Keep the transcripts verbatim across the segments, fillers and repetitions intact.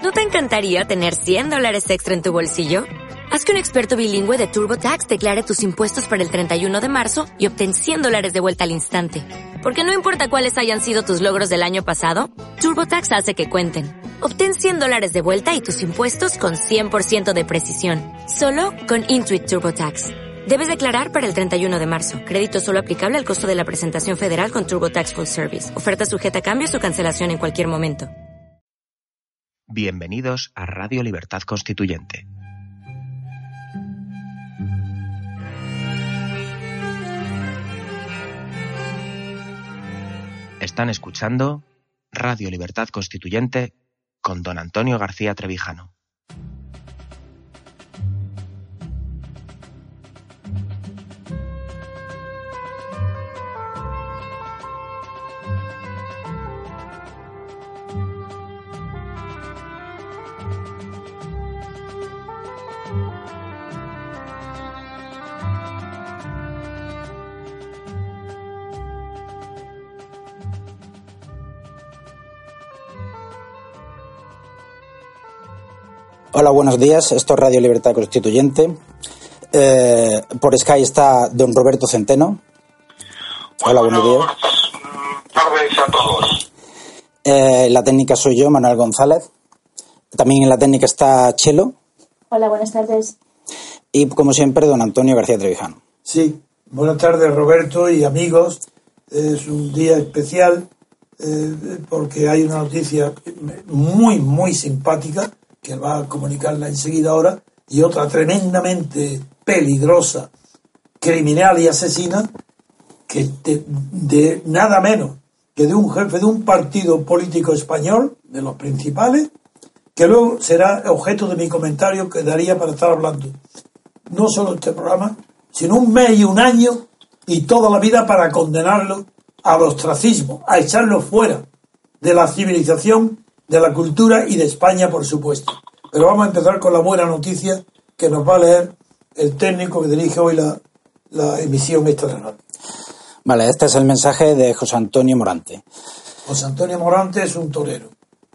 ¿No te encantaría tener cien dólares extra en tu bolsillo? Haz que un experto bilingüe de TurboTax declare tus impuestos para el treinta y uno de marzo y obtén cien dólares de vuelta al instante. Porque no importa cuáles hayan sido tus logros del año pasado, TurboTax hace que cuenten. Obtén cien dólares de vuelta y tus impuestos con cien por ciento de precisión. Solo con Intuit TurboTax. Debes declarar para el treinta y uno de marzo. Crédito solo aplicable al costo de la presentación federal con TurboTax Full Service. Oferta sujeta a cambios o cancelación en cualquier momento. Bienvenidos a Radio Libertad Constituyente. Están escuchando Radio Libertad Constituyente con don Antonio García Trevijano. Hola, buenos días. Esto es Radio Libertad Constituyente. Eh, por Sky está don Roberto Centeno. Hola, Muy buenos días. Tardes a todos. Eh, la técnica soy yo, Manuel González. También en la técnica está Chelo. Hola, buenas tardes. Y como siempre, don Antonio García Trevijano. Sí, buenas tardes Roberto y amigos. Es un día especial eh, porque hay una noticia muy, muy simpática que va a comunicarla enseguida ahora, y otra tremendamente peligrosa, criminal y asesina, que de, de nada menos que de un jefe de un partido político español, de los principales, que luego será objeto de mi comentario que daría para estar hablando no solo este programa, sino un mes y un año y toda la vida para condenarlo al ostracismo, a echarlo fuera de la civilización, de la cultura y de España, por supuesto. Pero vamos a empezar con la buena noticia que nos va a leer el técnico que dirige hoy la, la emisión esta de radio. Vale, este es el mensaje de José Antonio Morante. José Antonio Morante es un torero.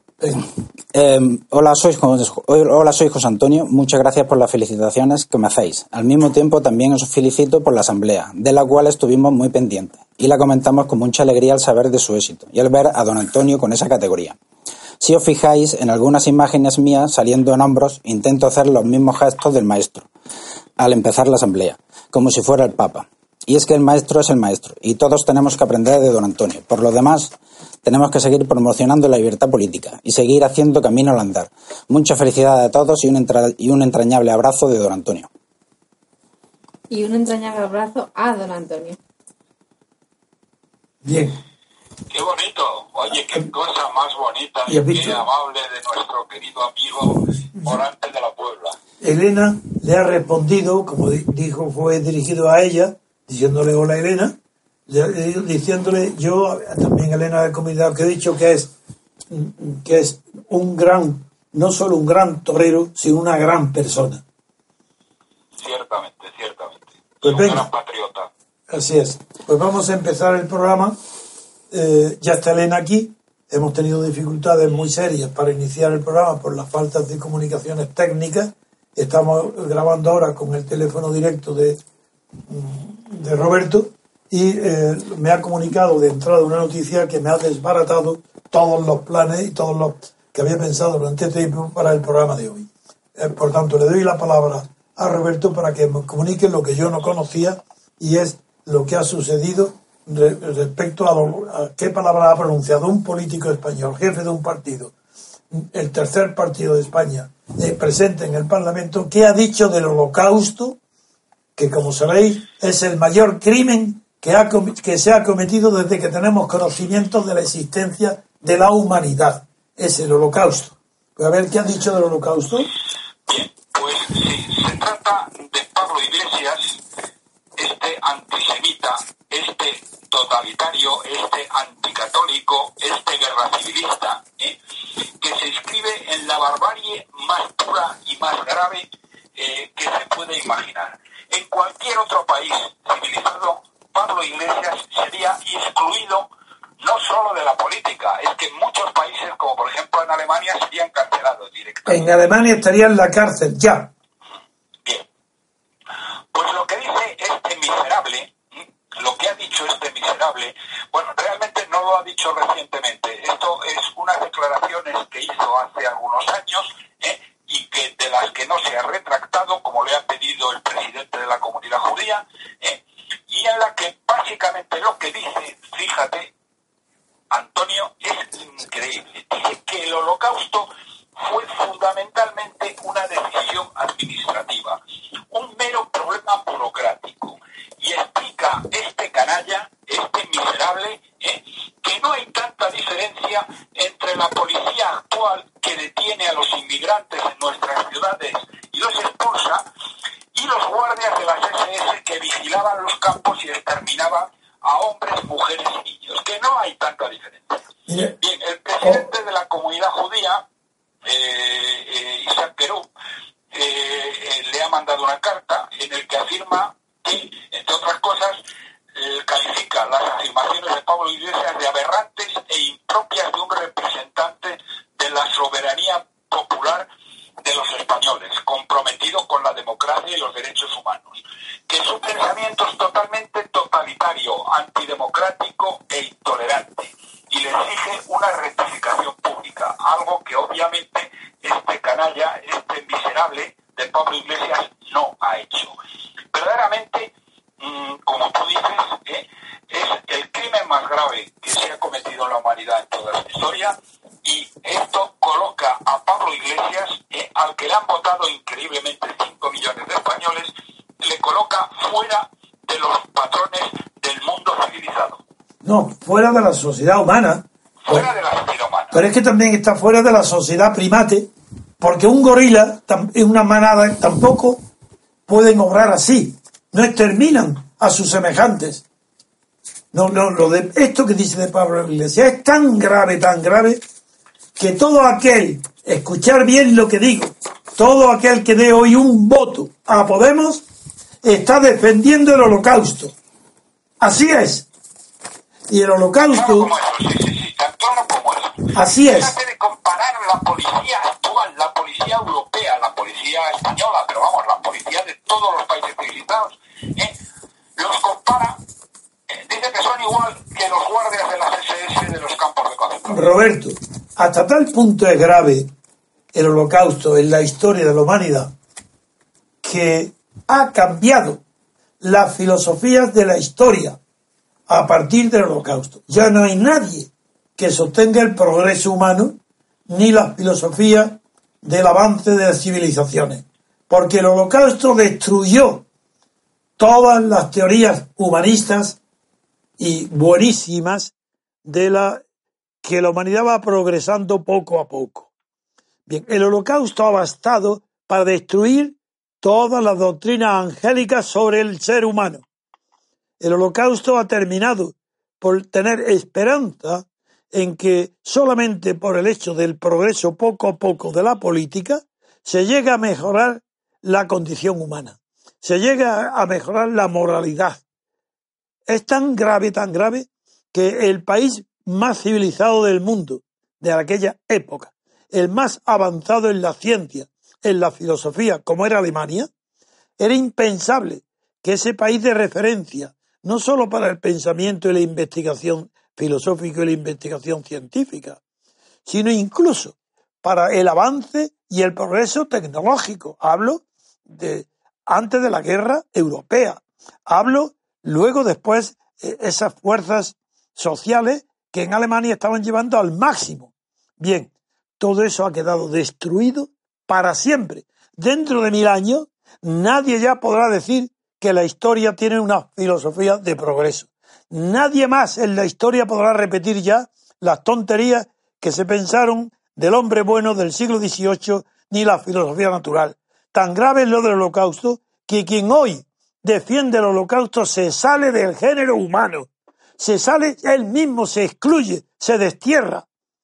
Eh, hola, soy, hola, soy José Antonio. Muchas gracias por las felicitaciones que me hacéis. Al mismo tiempo, también os felicito por la asamblea, de la cual estuvimos muy pendientes, y la comentamos con mucha alegría al saber de su éxito y al ver a don Antonio con esa categoría. Si os fijáis, en algunas imágenes mías saliendo en hombros, intento hacer los mismos gestos del maestro al empezar la asamblea, como si fuera el Papa. Y es que el maestro es el maestro, y todos tenemos que aprender de don Antonio. Por lo demás, tenemos que seguir promocionando la libertad política y seguir haciendo camino al andar. Mucha felicidad a todos y un, entra- y un entrañable abrazo de don Antonio. Y un entrañable abrazo a don Antonio. Bien. Qué bonito. Oye, qué cosa más bonita ¿Y y has visto? qué amable de nuestro querido amigo Morante de la Puebla. Elena le ha respondido, como di- dijo, fue dirigido a ella, diciéndole hola Elena, le- diciéndole yo, también Elena de Comunidad, que he dicho que es, que es un gran, no solo un gran torero, sino una gran persona. Ciertamente, ciertamente. Pues un venga. gran patriota. Así es. Pues vamos a empezar el programa. Eh, ya está Elena aquí. Hemos tenido dificultades muy serias para iniciar el programa por las faltas de comunicaciones técnicas. Estamos grabando ahora con el teléfono directo de, de Roberto y eh, me ha comunicado de entrada una noticia que me ha desbaratado todos los planes y todos los que había pensado durante este tiempo para el programa de hoy. Eh, por tanto, le doy la palabra a Roberto para que me comunique lo que yo no conocía, y es lo que ha sucedido re, respecto a, lo, a qué palabra ha pronunciado un político español, jefe de un partido, el tercer partido de España, eh, presente en el Parlamento, que ha dicho del Holocausto, que como sabéis es el mayor crimen que, ha, que se ha cometido desde que tenemos conocimiento de la existencia de la humanidad. Es el Holocausto. Pues a ver, ¿qué ha dicho del Holocausto? Bien, pues sí, se trata de Pablo Iglesias, este antisemita, este totalitario, este anticatólico, este guerra civilista, ¿eh? que se inscribe en la barbarie más pura y más grave eh, que se puede imaginar. En cualquier otro país civilizado, Pablo Iglesias sería excluido no solo de la política, es que en muchos países, como por ejemplo en Alemania sería encarcelado directamente. En Alemania estaría en la cárcel, ya. Bien. Pues lo que dice este miserable, lo que ha dicho este miserable, bueno, realmente no lo ha dicho recientemente. Esto es unas declaraciones que hizo hace algunos años, ¿eh? y que de las que no se ha retractado, como le ha pedido el presidente de la comunidad judía, ¿eh? y en la que básicamente lo que dice, fíjate, Antonio, es increíble. Dice que el Holocausto fue fundamentalmente una decisión administrativa, un mero problema burocrático. Y explica este canalla, este miserable, ¿eh? que no hay tanta diferencia entre la policía actual que detiene a los inmigrantes en nuestras ciudades y los expulsa, y los guardias de las ese ese que vigilaban los campos y exterminaban a hombres, mujeres y niños, que no hay tanta diferencia. Bien, el presidente de la comunidad judía, eh, eh, Isaac Perú, eh, eh, le ha mandado una carta en el que afirma que, entre otras cosas, eh, califica las afirmaciones de Pablo Iglesias de aberrantes e impropias de un representante de la soberanía popular de los españoles, comprometido con la democracia y los derechos humanos, que su pensamiento es totalmente totalitario, antidemocrático e intolerante, y le exige una rectificación pública, algo que obviamente este canalla, este miserable de Pablo Iglesias no ha hecho. Verdaderamente, mmm, como tú dices, ¿eh? es el crimen más grave que se ha cometido en la humanidad en toda su historia, y esto coloca a Pablo Iglesias, eh, al que le han votado increíblemente cinco millones de españoles, le coloca fuera de los patrones del mundo civilizado. No, fuera de la sociedad humana. Fuera de la sociedad humana. Pero es que también está fuera de la sociedad primate, porque un gorila en una manada tampoco pueden obrar así. No exterminan a sus semejantes. No, no, lo de esto que dice de Pablo Iglesias es tan grave, tan grave, que todo aquel, escuchar bien lo que digo, todo aquel que dé hoy un voto a Podemos está defendiendo el Holocausto. Así es. Y el Holocausto... Claro como eso, sí, sí, sí, tan claro como eso. Así es. Fíjate de comparar la policía actual, la policía europea, la policía española, pero vamos, la policía de todos los países civilizados, ¿eh? los compara, eh, dice que son igual que los guardias de las ese ese de los campos de concentración. Roberto, hasta tal punto es grave el Holocausto en la historia de la humanidad que ha cambiado las filosofías de la historia a partir del Holocausto. Ya no hay nadie que sostenga el progreso humano ni la filosofía del avance de las civilizaciones, porque el Holocausto destruyó todas las teorías humanistas y buenísimas de la que la humanidad va progresando poco a poco. Bien, el Holocausto ha bastado para destruir todas las doctrinas angélicas sobre el ser humano. El Holocausto ha terminado por tener esperanza en que solamente por el hecho del progreso poco a poco de la política se llega a mejorar la condición humana, se llega a mejorar la moralidad. Es tan grave, tan grave, que el país más civilizado del mundo de aquella época, el más avanzado en la ciencia, en la filosofía, como era Alemania, era impensable que ese país de referencia, no solo para el pensamiento y la investigación filosófica y la investigación científica, sino incluso para el avance y el progreso tecnológico. Hablo de antes de la guerra europea, hablo luego después eh, esas fuerzas sociales que en Alemania estaban llevando al máximo. Bien, todo eso ha quedado destruido para siempre. Dentro de mil años, nadie ya podrá decir que la historia tiene una filosofía de progreso. Nadie más en la historia podrá repetir ya las tonterías que se pensaron del hombre bueno del siglo dieciocho ni la filosofía natural. Tan grave es lo del Holocausto que quien hoy defiende el Holocausto se sale del género humano. Se sale, él mismo se excluye, se destierra.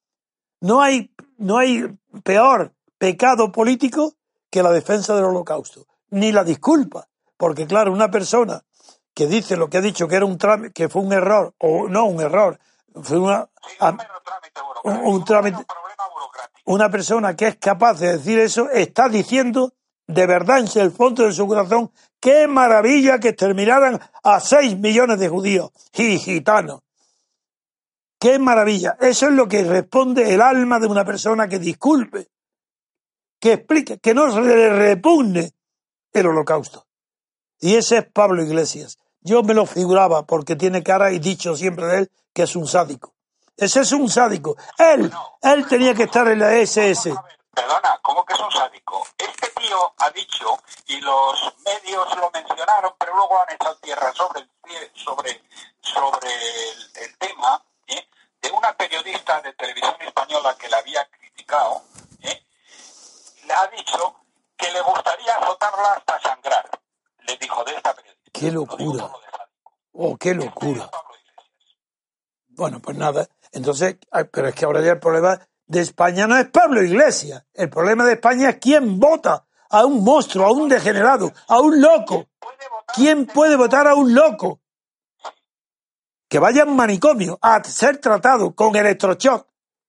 No hay, no hay peor pecado político que la defensa del Holocausto, ni la disculpa, porque claro, una persona que dice lo que ha dicho que era un trámite, que fue un error, o no un error, Fue una, Sí, a, un mero trámite un, burocrático. un Un trámite, mero problema burocrático. una persona que es capaz de decir eso está diciendo de verdad en el fondo de su corazón qué maravilla que exterminaran a seis millones de judíos y gitanos. Qué maravilla. Eso es lo que responde el alma de una persona que disculpe, que explique, que no se le repugne el holocausto. Y ese es Pablo Iglesias. Yo me lo figuraba porque tiene cara y dicho siempre de él que es un sádico. Ese es un sádico. Él, No, él tenía que estar en la S S. Vamos a ver, perdona, ¿cómo que es un sádico? Este tío ha dicho, y los medios lo mencionaron, pero luego han echado tierra sobre el, sobre, sobre el, el tema, ¿eh? de una periodista de televisión española que la había criticado, ¿eh? le ha dicho que le gustaría azotarla hasta sangrar, le dijo de esta periodista. ¡Qué locura! ¡Oh, qué locura! Bueno, pues nada. Entonces, pero es que ahora ya el problema de España no es Pablo Iglesias. El problema de España es quién vota a un monstruo, a un degenerado, a un loco. ¿Quién puede votar a un loco? Que vaya a un manicomio a ser tratado con electroshock.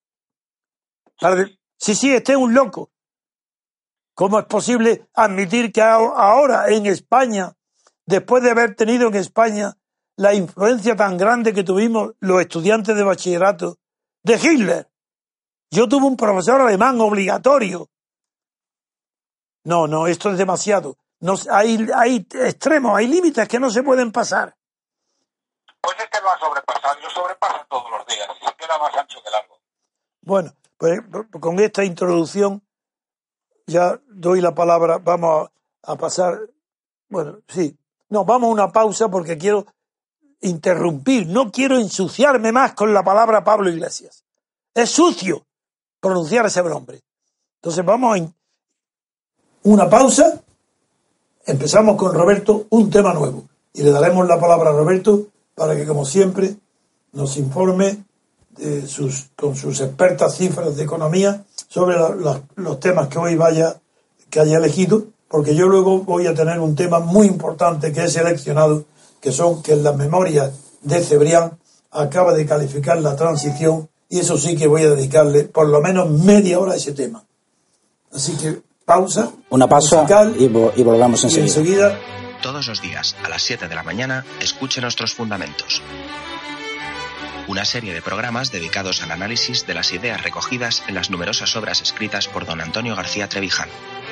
Sí, sí, este es un loco. ¿Cómo es posible admitir que ahora en España, después de haber tenido en España la influencia tan grande que tuvimos los estudiantes de bachillerato de Hitler? Yo tuve un profesor alemán obligatorio. No, no, esto es demasiado. No, hay, hay extremos, hay límites que no se pueden pasar. Pues es que lo ha sobrepasado, lo sobrepasa todos los días y se queda más ancho que largo. Bueno, pues con esta introducción ya doy la palabra, vamos a, a pasar, bueno, sí, no, vamos a una pausa porque quiero interrumpir, no quiero ensuciarme más con la palabra Pablo Iglesias. Es sucio pronunciar ese nombre. Entonces vamos a una pausa, empezamos con Roberto un tema nuevo y le daremos la palabra a Roberto para que, como siempre, nos informe de sus, con sus expertas cifras de economía sobre la, la, los temas que hoy vaya, que haya elegido, porque yo luego voy a tener un tema muy importante que he seleccionado, que son que en las memorias de Cebrián acaba de calificar la transición, y eso sí que voy a dedicarle por lo menos media hora a ese tema. Así que pausa. Una pausa musical, y, vo- y volvamos y enseguida. enseguida. Todos los días, a las siete de la mañana, escuche Nuestros Fundamentos. Una serie de programas dedicados al análisis de las ideas recogidas en las numerosas obras escritas por don Antonio García Trevijano.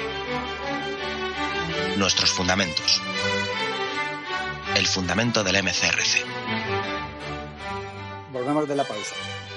Nuestros Fundamentos. El fundamento del M C R C. Volvemos de la pausa.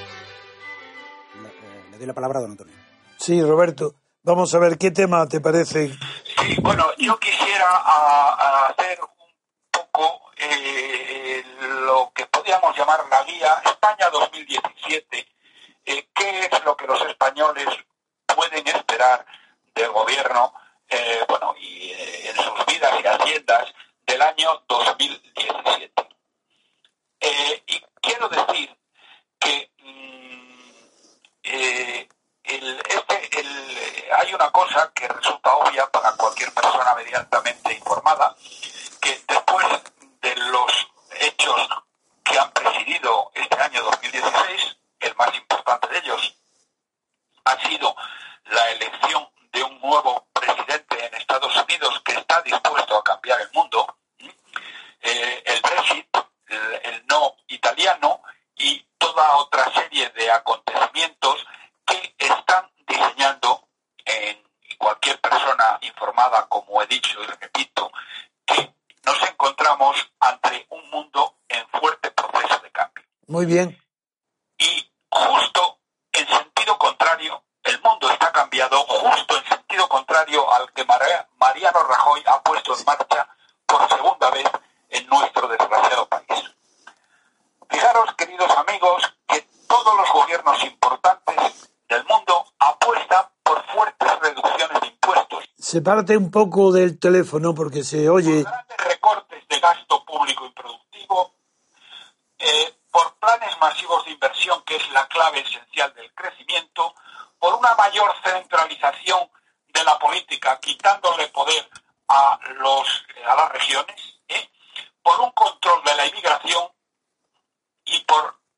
Le, eh, le doy la palabra a don Antonio. Sí, Roberto, vamos a ver qué tema te parece. Sí, bueno, yo quisiera a, a hacer un poco eh, lo que podríamos llamar la guía España dos mil diecisiete. Eh, ¿Qué es lo que los españoles pueden esperar del gobierno, eh, bueno, y eh, en sus vidas y haciendas del año dos mil diecisiete? Eh, y quiero decir que mmm, eh, el, este, el, hay una cosa que resulta obvia para cualquier persona medianamente informada, que después de los hechos que han presidido este año dos mil dieciséis, el más importante de ellos ha sido la elección de un nuevo presidente en Estados Unidos que está dispuesto a cambiar el mundo, eh, el Brexit, el, el no italiano y toda otra serie de acontecimientos que están diseñando en cualquier persona informada, como he dicho y repito, que nos encontramos ante un mundo en fuerte proceso de cambio. Muy bien. Y justo en sentido contrario, el mundo está cambiado, justo en sentido contrario al que Mariano Rajoy ha puesto en marcha por segunda vez en nuestro desgraciado país. Fijaros, queridos amigos, que todos los gobiernos importantes del mundo apuestan por fuertes reducciones de impuestos. Sepárate un poco del teléfono porque se oye. Por grandes recortes de gasto público improductivo, eh, por planes masivos de inversión, que es la clave esencial del crecimiento, por una mayor centralización de la política, quitándole poder a los a las regiones, ¿eh? por un control de la inmigración y por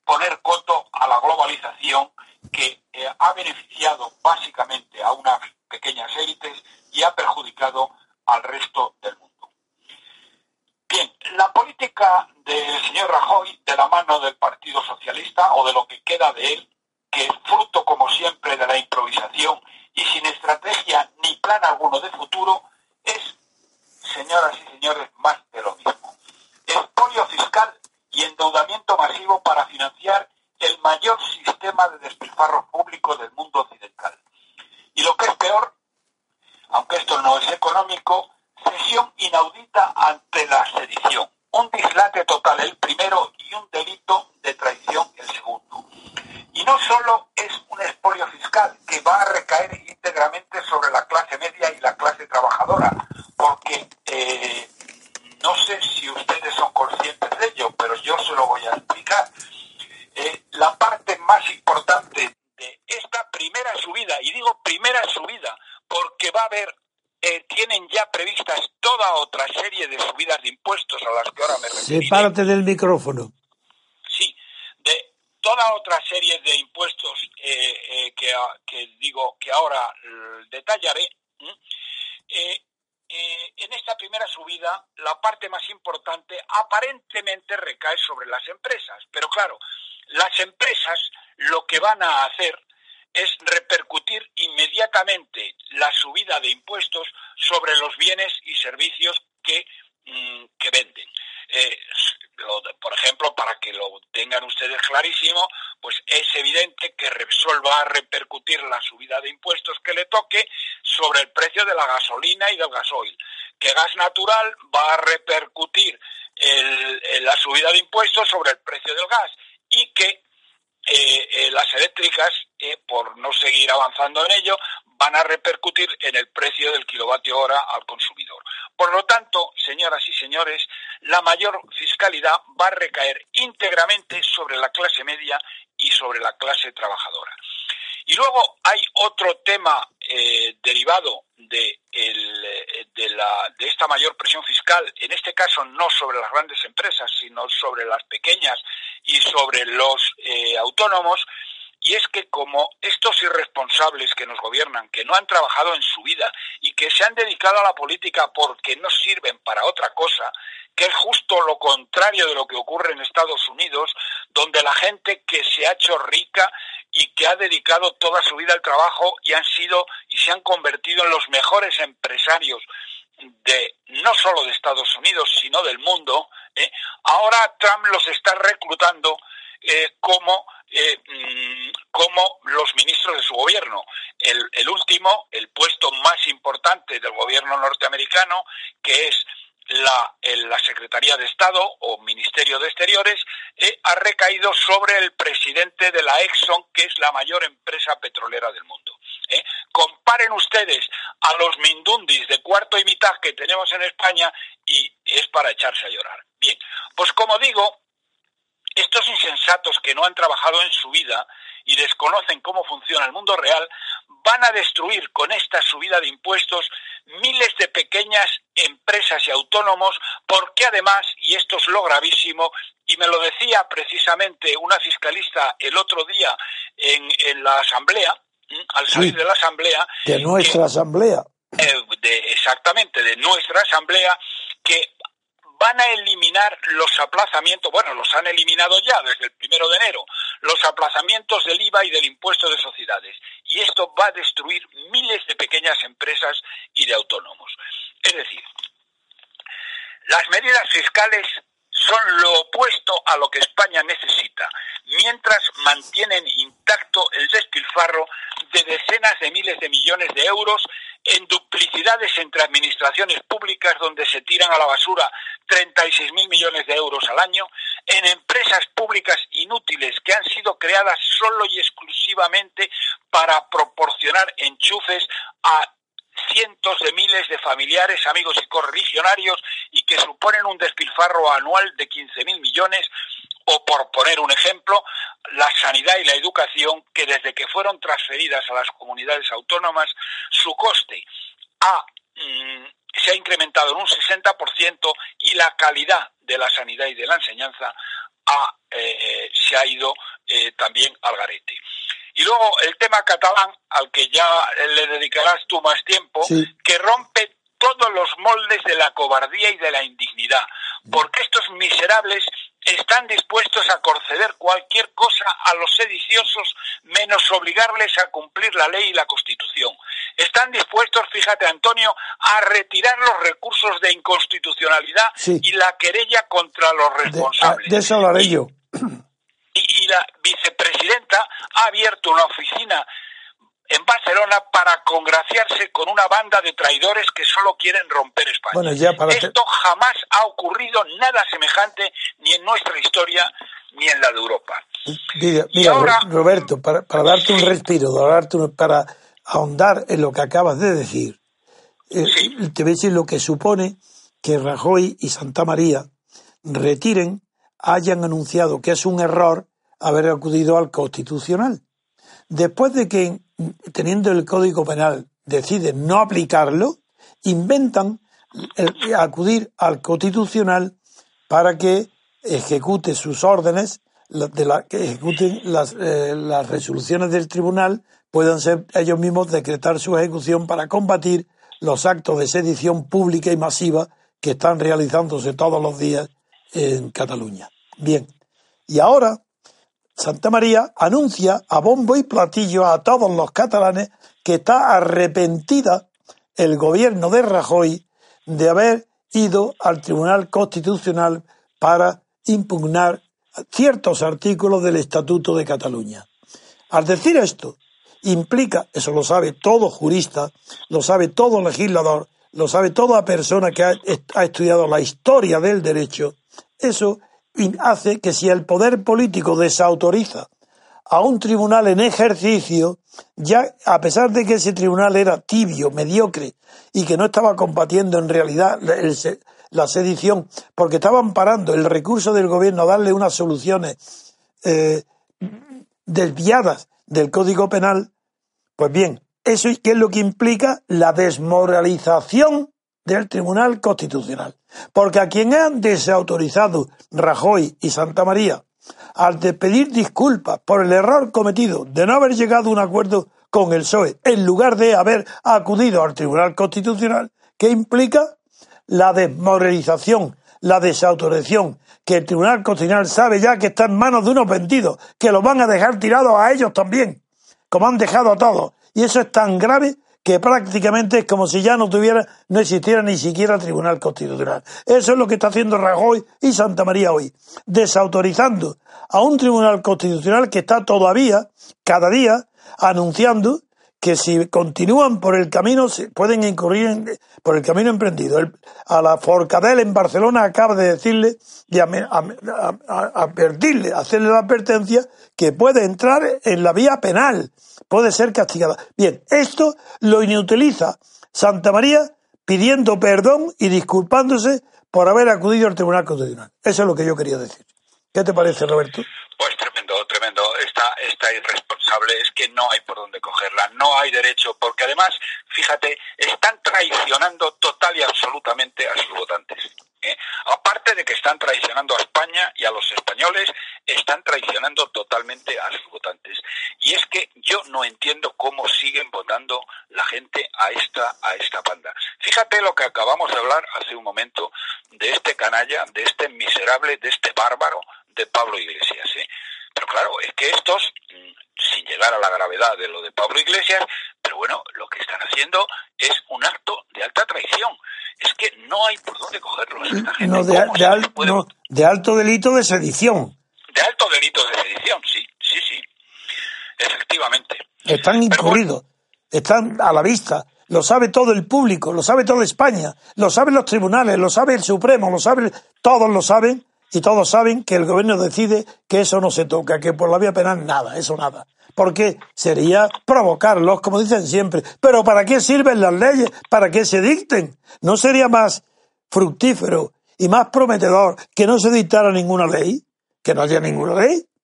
poner coto a la globalización que eh, ha beneficiado básicamente a unas pequeñas élites y ha perjudicado al resto del mundo. Bien, la política del señor Rajoy, de la mano del Partido Socialista, o de lo que queda de él, que es fruto, como siempre, de la improvisación y sin estrategia ni plan alguno de futuro, es, señoras y señores, más de lo mismo. Expolio fiscal y endeudamiento masivo para financiar el mayor sistema de despilfarro público del mundo occidental. Y lo que es peor, aunque esto no es económico, cesión inaudita ante la sedición. Un dislate total el primero y un delito de traición el segundo. Y no solo es un expolio fiscal que va a recaer íntegramente sobre la clase media y la clase trabajadora, porque eh, no sé si ustedes son conscientes de ello, pero yo se lo voy a explicar. Eh, la parte más importante de esta primera subida, y digo primera subida, porque va a haber, eh, tienen ya previstas toda otra serie de subidas de impuestos a las que ahora me referiré. Sepárate del micrófono. Sí, de toda otra serie de impuestos eh, eh, que, que digo que ahora eh, detallaré. Eh, eh, en esta primera subida, la parte más importante aparentemente recae sobre las empresas, pero claro, las empresas lo que van a hacer es repercutir inmediatamente la subida de impuestos sobre los bienes y servicios que, mmm, que venden. Eh, lo de, por ejemplo, para que lo tengan ustedes clarísimo, pues es evidente que Repsol va a repercutir la subida de impuestos que le toque sobre el precio de la gasolina y del gasoil, que Gas Natural va a repercutir el, el, la subida de impuestos sobre el precio del gas, y que eh, eh, las eléctricas, eh, por no seguir avanzando en ello, van a repercutir en el precio del kilovatio hora al consumidor. Por lo tanto, señoras y señores, la mayor fiscalidad va a recaer íntegramente sobre la clase media y sobre la clase trabajadora. Y luego hay otro tema eh, derivado de, el, de, la, de esta mayor presión fiscal, en este caso no sobre las grandes empresas, sino sobre las pequeñas y sobre los eh, autónomos, y es que como estos irresponsables que nos gobiernan, que no han trabajado en su vida y que se han dedicado a la política porque no sirven para otra cosa, que es justo lo contrario de lo que ocurre en Estados Unidos, donde la gente que se ha hecho rica y que ha dedicado toda su vida al trabajo y han sido y se han convertido en los mejores empresarios de no solo de Estados Unidos, sino del mundo, ¿eh? Ahora Trump los está reclutando eh, como eh, como los ministros de su gobierno. El, el último, el puesto más importante del gobierno norteamericano, que es la, la Secretaría de Estado o Ministerio de Exteriores, eh, ha recaído sobre el presidente de la Exxon, que es la mayor empresa petrolera del mundo. ¿eh? Comparen ustedes a los mindundis de cuarto y mitad que tenemos en España y es para echarse a llorar. Bien, pues como digo, estos insensatos que no han trabajado en su vida y desconocen cómo funciona el mundo real, van a destruir con esta subida de impuestos miles de pequeñas empresas y autónomos, porque además, y esto es lo gravísimo, y me lo decía precisamente una fiscalista el otro día en, en la asamblea, al salir sí, de la asamblea... De nuestra que, asamblea. Eh, de, exactamente, de nuestra asamblea, que van a eliminar los aplazamientos, bueno, los han eliminado ya desde el primero de enero, los aplazamientos del I V A y del impuesto de sociedades. Y esto va a destruir miles de pequeñas empresas y de autónomos. Es decir, las medidas fiscales son lo opuesto a lo que España necesita, mientras mantienen intacto el despilfarro de decenas de miles de millones de euros en duplicidades entre administraciones públicas donde se tiran a la basura treinta y seis mil millones de euros al año, en empresas públicas inútiles que han sido creadas solo y exclusivamente para proporcionar enchufes a cientos de miles de familiares, amigos y correligionarios y que suponen un despilfarro anual de quince mil millones, o por poner un ejemplo, la sanidad y la educación, que desde que fueron transferidas a las comunidades autónomas, su coste ha mm, se ha incrementado en un sesenta por ciento y la calidad de la sanidad y de la enseñanza ha, eh, se ha ido eh, también al garete. Y luego el tema catalán, al que ya le dedicarás tú más tiempo, sí, que rompe todos los moldes de la cobardía y de la indignidad, porque estos miserables están dispuestos a conceder cualquier cosa a los sediciosos menos obligarles a cumplir la ley y la Constitución. Están dispuestos, fíjate Antonio, a retirar los recursos de inconstitucionalidad, sí, y la querella contra los responsables. De, de eso hablaré yo. Y, y la vicepresidenta ha abierto una oficina en Barcelona para congraciarse con una banda de traidores que solo quieren romper España. Bueno, ya para Esto te... jamás ha ocurrido nada semejante ni en nuestra historia ni en la de Europa. Mira, mira ahora... Roberto, para, para darte un respiro, para, darte un, para ahondar en lo que acabas de decir, eh, sí, te voy a decir lo que supone que Rajoy y Santamaría retiren, hayan anunciado que es un error haber acudido al Constitucional. Después de que, teniendo el Código Penal, deciden no aplicarlo, inventan el, acudir al Constitucional para que ejecute sus órdenes, de la, que ejecuten las, eh, las resoluciones del tribunal, puedan ser ellos mismos decretar su ejecución para combatir los actos de sedición pública y masiva que están realizándose todos los días en Cataluña. Bien, y ahora Santamaría anuncia a bombo y platillo a todos los catalanes que está arrepentida el gobierno de Rajoy de haber ido al Tribunal Constitucional para impugnar ciertos artículos del Estatuto de Cataluña. Al decir esto, implica, eso lo sabe todo jurista, lo sabe todo legislador, lo sabe toda persona que ha, ha estudiado la historia del derecho, eso hace que si el poder político desautoriza a un tribunal en ejercicio, ya a pesar de que ese tribunal era tibio, mediocre y que no estaba combatiendo en realidad el, la sedición, porque estaba amparando el recurso del gobierno a darle unas soluciones eh, desviadas del Código Penal, pues bien, eso ¿qué es lo que implica? La desmoralización del Tribunal Constitucional. Porque a quien han desautorizado Rajoy y Santamaría al de pedir disculpas por el error cometido de no haber llegado a un acuerdo con el P S O E en lugar de haber acudido al Tribunal Constitucional, ¿qué implica? La desmoralización, la desautorización, que el Tribunal Constitucional sabe ya que está en manos de unos vendidos, que los van a dejar tirados a ellos también, como han dejado a todos. Y eso es tan grave que prácticamente es como si ya no tuviera, no existiera ni siquiera Tribunal Constitucional. Eso es lo que está haciendo Rajoy y Santamaría hoy, desautorizando a un Tribunal Constitucional que está todavía, cada día, anunciando que si continúan por el camino, se pueden incurrir en, por el camino emprendido. El, a la Forcadell en Barcelona acaba de decirle y a, a, a, advertirle, hacerle la advertencia que puede entrar en la vía penal, puede ser castigada. Bien, esto lo inutiliza Santamaría pidiendo perdón y disculpándose por haber acudido al Tribunal Constitucional. Eso es lo que yo quería decir. ¿Qué te parece, Roberto? Pues tremendo, tremendo. Esta, esta irresponsable es que no hay por dónde cogerla, no hay derecho, porque además, fíjate, están traicionando total y absolutamente a sus votantes. ¿eh? Aparte de que están traicionando a España y a los españoles, están traicionando totalmente a sus votantes. Y es que yo no entiendo cómo siguen votando la gente a esta, a esta banda. Fíjate lo que acabamos de hablar hace un momento de este canalla, de este miserable, de este bárbaro, de Pablo Iglesias, ¿eh? Pero claro, es que estos, sin llegar a la gravedad de lo de Pablo Iglesias, pero bueno, lo que están haciendo es un acto de alta traición. Es que no hay por dónde cogerlos. Esta gente, no, de, de, al, puede... no, de alto delito de sedición. De alto delito de sedición, sí, sí, sí. Efectivamente. Están incurridos, bueno, están a la vista. Lo sabe todo el público, lo sabe toda España, lo saben los tribunales, lo sabe el Supremo, lo sabe, todos lo saben. Y todos saben que el gobierno decide que eso no se toca, que por la vía penal nada, eso nada. Porque sería provocarlos, como dicen siempre. ¿Pero para qué sirven las leyes? ¿Para qué se dicten? ¿No sería más fructífero y más prometedor que no se dictara ninguna ley? ¿Que no haya ninguna ley?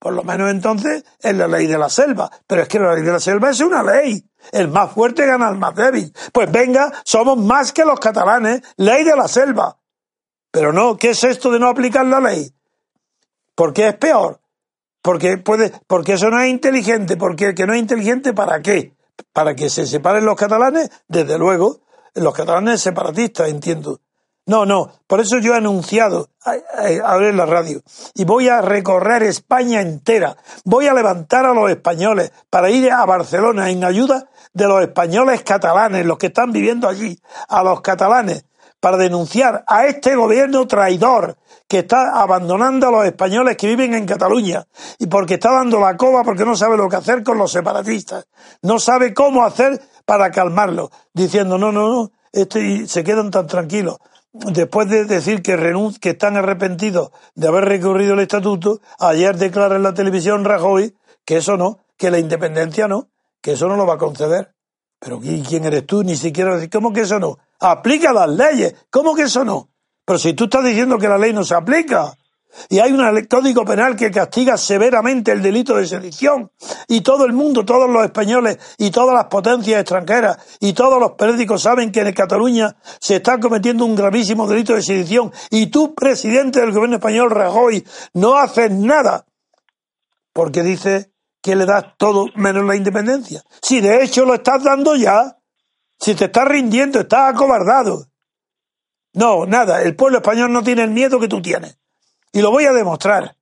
Por lo menos entonces es la ley de la selva. Pero es que la ley de la selva es una ley. El más fuerte gana al más débil. Pues venga, somos más que los catalanes. Ley de la selva. Pero no, ¿qué es esto de no aplicar la ley? ¿Por qué es peor? Porque puede, porque eso no es inteligente. Porque el que no es inteligente, ¿para qué? Para que se separen los catalanes, desde luego, los catalanes separatistas, entiendo. No, no, por eso yo he anunciado ahora en la radio, y voy a recorrer España entera, voy a levantar a los españoles para ir a Barcelona en ayuda de los españoles catalanes, los que están viviendo allí, a los catalanes, para denunciar a este gobierno traidor que está abandonando a los españoles que viven en Cataluña, y porque está dando la coba porque no sabe lo que hacer con los separatistas, no sabe cómo hacer para calmarlos, diciendo no, no, no, este, y se quedan tan tranquilos. Después de decir que, renun- que están arrepentidos de haber recurrido el estatuto, ayer declara en la televisión Rajoy que eso no, que la independencia no, que eso no lo va a conceder. Pero ¿quién eres tú? Ni siquiera decir, ¿cómo que eso no? Aplica las leyes, ¿cómo que eso no? Pero si tú estás diciendo que la ley no se aplica, y hay un código penal que castiga severamente el delito de sedición, y todo el mundo, todos los españoles y todas las potencias extranjeras y todos los periódicos saben que en Cataluña se está cometiendo un gravísimo delito de sedición, y tú, presidente del gobierno español, Rajoy, no haces nada porque dices que le das todo menos la independencia. Si de hecho lo estás dando ya, si te estás rindiendo, estás acobardado. No, nada, el pueblo español no tiene el miedo que tú tienes. Y lo voy a demostrar.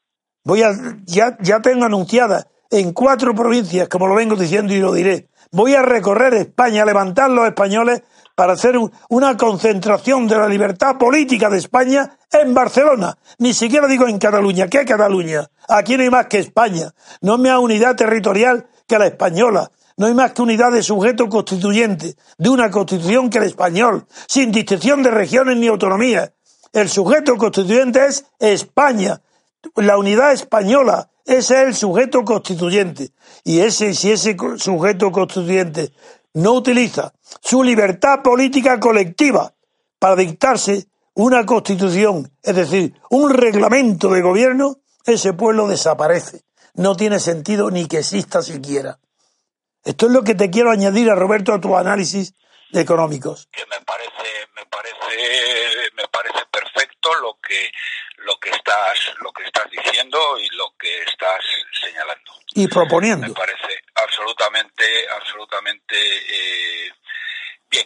Voy a, ya, ya tengo anunciada en cuatro provincias, como lo vengo diciendo y lo diré. Voy a recorrer España, a levantar los españoles para hacer un, una concentración de la libertad política de España en Barcelona. Ni siquiera digo en Cataluña. ¿Qué Cataluña? Aquí no hay más que España. No hay más unidad territorial que la española. No hay más que unidad de sujeto constituyente, de una constitución que el español, sin distinción de regiones ni autonomías. El sujeto constituyente es España, la unidad española, ese es el sujeto constituyente. Y ese, si ese sujeto constituyente no utiliza su libertad política colectiva para dictarse una constitución, es decir, un reglamento de gobierno, ese pueblo desaparece. No tiene sentido ni que exista siquiera. Esto es lo que te quiero añadir, a Roberto, a tu análisis de económicos. Que me parece, me parece, me parece perfecto lo que, lo que estás, lo que estás diciendo y lo que estás señalando. Y proponiendo. Me parece absolutamente, absolutamente eh, bien.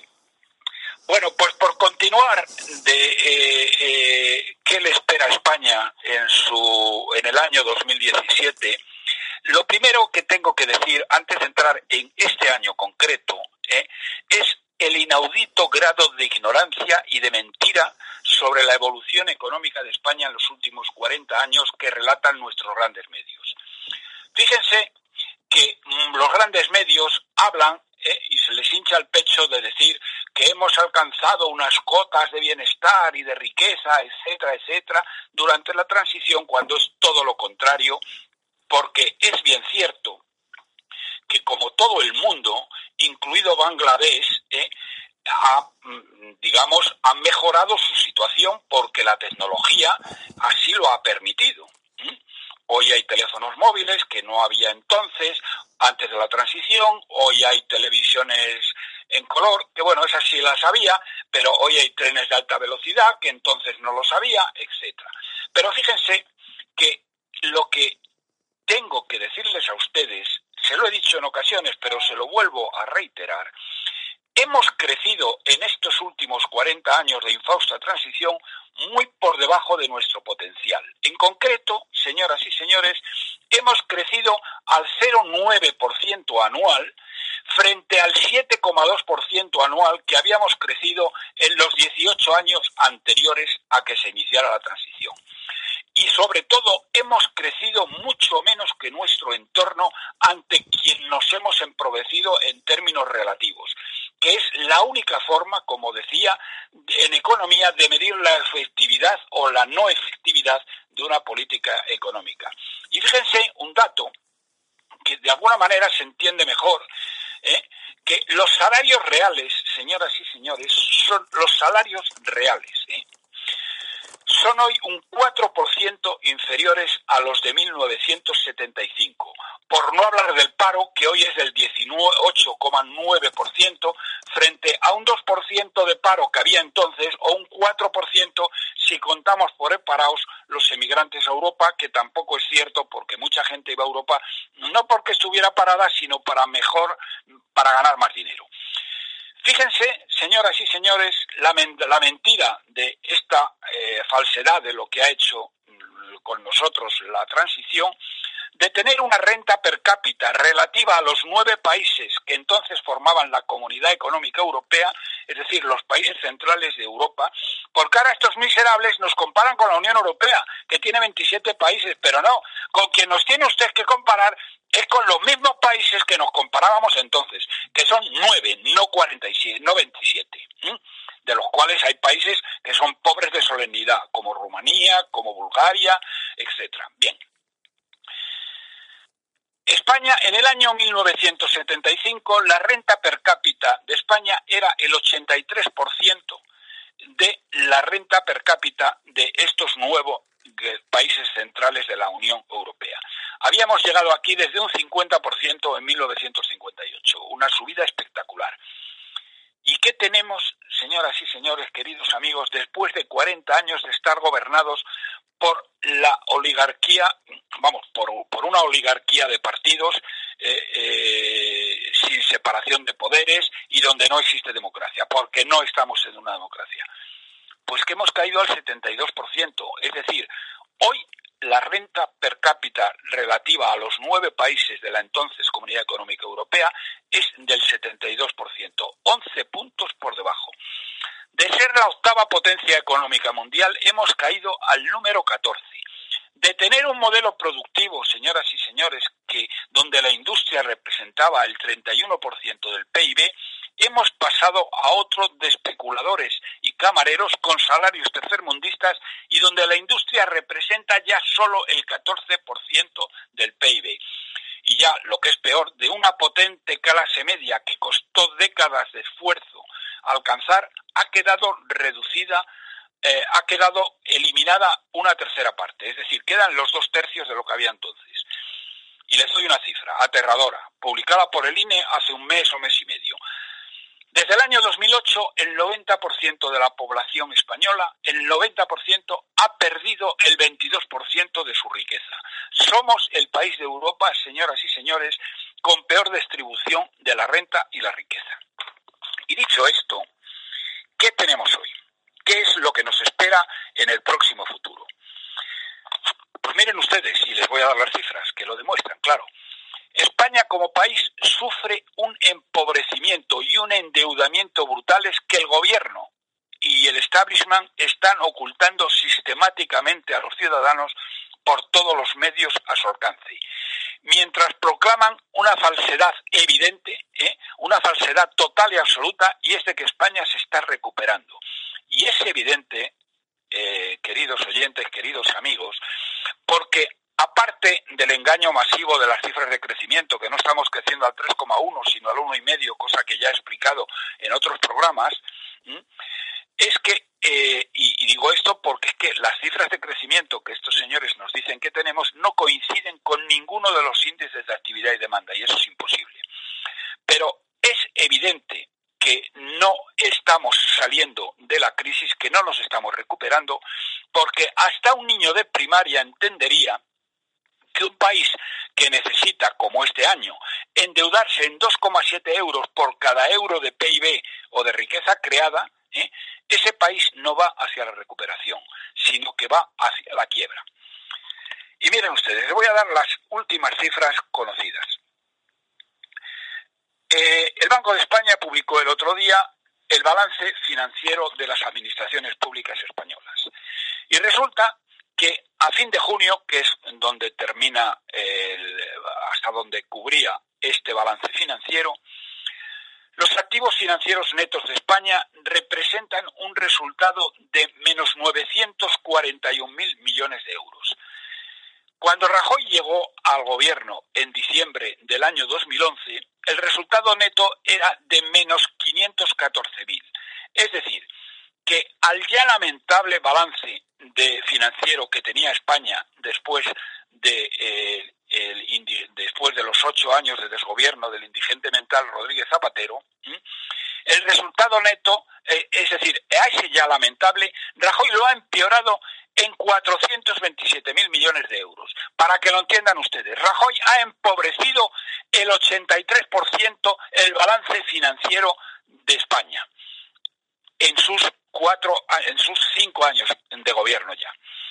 Bueno, pues por continuar de eh, eh, qué le espera a España en su, en el año dos mil diecisiete. Lo primero que tengo que decir, antes de entrar en este año concreto, eh, es el inaudito grado de ignorancia y de mentira sobre la evolución económica de España en los últimos cuarenta años que relatan nuestros grandes medios. Fíjense que mmm, los grandes medios hablan eh, y se les hincha el pecho de decir que hemos alcanzado unas cotas de bienestar y de riqueza, etcétera, etcétera, durante la transición, cuando es todo lo contrario. Porque es bien cierto que, como todo el mundo, incluido Bangladesh, eh, ha, digamos, ha mejorado su situación porque la tecnología así lo ha permitido. ¿Mm? Hoy hay teléfonos móviles que no había entonces, antes de la transición. Hoy hay televisiones en color, que bueno, esas sí las había, pero hoy hay trenes de alta velocidad, que entonces no los había, etcétera. Pero fíjense que lo que tengo que decirles a ustedes, se lo he dicho en ocasiones, pero se lo vuelvo a reiterar, hemos crecido en estos últimos cuarenta años de infausta transición muy por debajo de nuestro potencial. En concreto, señoras y señores, hemos crecido al cero coma nueve por ciento anual frente al siete coma dos por ciento anual que habíamos crecido en los dieciocho años anteriores a que se iniciara la transición. Y sobre todo hemos crecido mucho menos que nuestro entorno ante quien nos hemos empobrecido en términos relativos, que es la única forma, como decía, en economía de medir la efectividad o la no efectividad de una política económica. Y fíjense un dato que de alguna manera se entiende mejor, ¿eh? que los salarios reales, señoras y señores, son los salarios reales, ¿eh? son hoy un cuatro por ciento inferiores a los de mil novecientos setenta y cinco. Por no hablar del paro, que hoy es del dieciocho coma nueve por ciento, frente a un dos por ciento de paro que había entonces, o un cuatro por ciento si contamos por parados los emigrantes a Europa, que tampoco es cierto, porque mucha gente iba a Europa no porque estuviera parada, sino para mejor, para ganar más dinero. Fíjense, señoras y señores, la, men- la mentira de esta eh, falsedad de lo que ha hecho con nosotros la transición, de tener una renta per cápita relativa a los nueve países que entonces formaban la Comunidad Económica Europea, es decir, los países centrales de Europa, porque ahora estos miserables nos comparan con la Unión Europea, que tiene veintisiete países, pero no, con quien nos tiene usted que comparar es con los mismos países que nos comparábamos entonces, que son nueve, no cuarenta y siete, no veintisiete, ¿eh? De los cuales hay países que son pobres de solemnidad, como Rumanía, como Bulgaria, etcétera. Bien. España, en el año mil novecientos setenta y cinco, la renta per cápita de España era el ochenta y tres por ciento de la renta per cápita de estos nuevos países centrales de la Unión Europea. Habíamos llegado aquí desde un cincuenta por ciento en mil novecientos cincuenta y ocho, una subida espectacular. ¿Y qué tenemos, señoras y señores, queridos amigos, después de cuarenta años de estar gobernados por la oligarquía, vamos, por, por una oligarquía de partidos eh, eh, sin separación de poderes y donde no existe democracia, porque no estamos en una democracia? Pues que hemos caído al setenta y dos por ciento, es decir, hoy la renta per cápita relativa a los nueve países de la entonces Comunidad Económica Europea es del setenta y dos por ciento, once puntos por debajo. De ser la octava potencia económica mundial, hemos caído al número catorce. De tener un modelo productivo, señoras y señores, que donde la industria representaba el treinta y uno por ciento del P I B, hemos pasado a otro de especuladores y camareros con salarios tercermundistas y donde la industria representa ya solo el catorce por ciento del P I B. Y ya, lo que es peor, de una potente clase media que costó décadas de esfuerzo alcanzar, ha quedado reducida, eh, ha quedado eliminada una tercera parte. Es decir, quedan los dos tercios de lo que había entonces. Y les doy una cifra aterradora, publicada por el I N E hace un mes o mes y medio. Desde el año dos mil ocho, el noventa por ciento de la población española, el noventa por ciento ha perdido el veintidós por ciento de su riqueza. Somos el país de Europa, señoras y señores, con peor distribución de la renta y la riqueza. Y dicho esto, ¿qué tenemos hoy? ¿Qué es lo que nos espera en el próximo futuro? Pues miren ustedes, y les voy a dar las cifras que lo demuestran, claro. España como país sufre un empobrecimiento y un endeudamiento brutales que el gobierno y el establishment están ocultando sistemáticamente a los ciudadanos por todos los medios a su alcance. Mientras proclaman una falsedad evidente, ¿eh? una falsedad total y absoluta, y es de que España se está recuperando. Y es evidente, eh, queridos oyentes, queridos amigos, porque aparte del engaño masivo de las cifras de crecimiento, que no estamos creciendo al tres coma uno, sino al uno coma cinco, cosa que ya he explicado en otros programas, ¿m? es que, eh, y, y digo esto porque es que las cifras de crecimiento que estos señores nos dicen que tenemos no coinciden con ninguno de los índices de actividad y demanda, y eso es imposible. Pero es evidente que no estamos saliendo de la crisis, que no nos estamos recuperando, porque hasta un niño de primaria entendería que un país que necesita, como este año, endeudarse en dos coma siete euros por cada euro de P I B o de riqueza creada, ¿eh? ese país no va hacia la recuperación, sino que va hacia la quiebra. Y miren ustedes, les voy a dar las últimas cifras conocidas. Eh, el Banco de España publicó el otro día el balance financiero de las administraciones públicas españolas. Y resulta que a fin de junio, que es donde termina, el, hasta donde cubría este balance financiero, los activos financieros netos de España representan un resultado de menos novecientos cuarenta y un mil millones de euros. Cuando Rajoy llegó al gobierno en diciembre del año dos mil once, el resultado neto era de menos quinientos catorce mil. Es decir, que al ya lamentable balance de financiero que tenía España después de eh, el, después de los ocho años de desgobierno del indigente mental Rodríguez Zapatero, ¿sí? El resultado neto, eh, es decir, a ese ya lamentable, Rajoy lo ha empeorado en cuatrocientos veintisiete mil millones de euros. Para que lo entiendan ustedes, Rajoy ha empobrecido el ochenta y tres por ciento el balance financiero de España en sus cuatro, en sus cinco años de gobierno ya.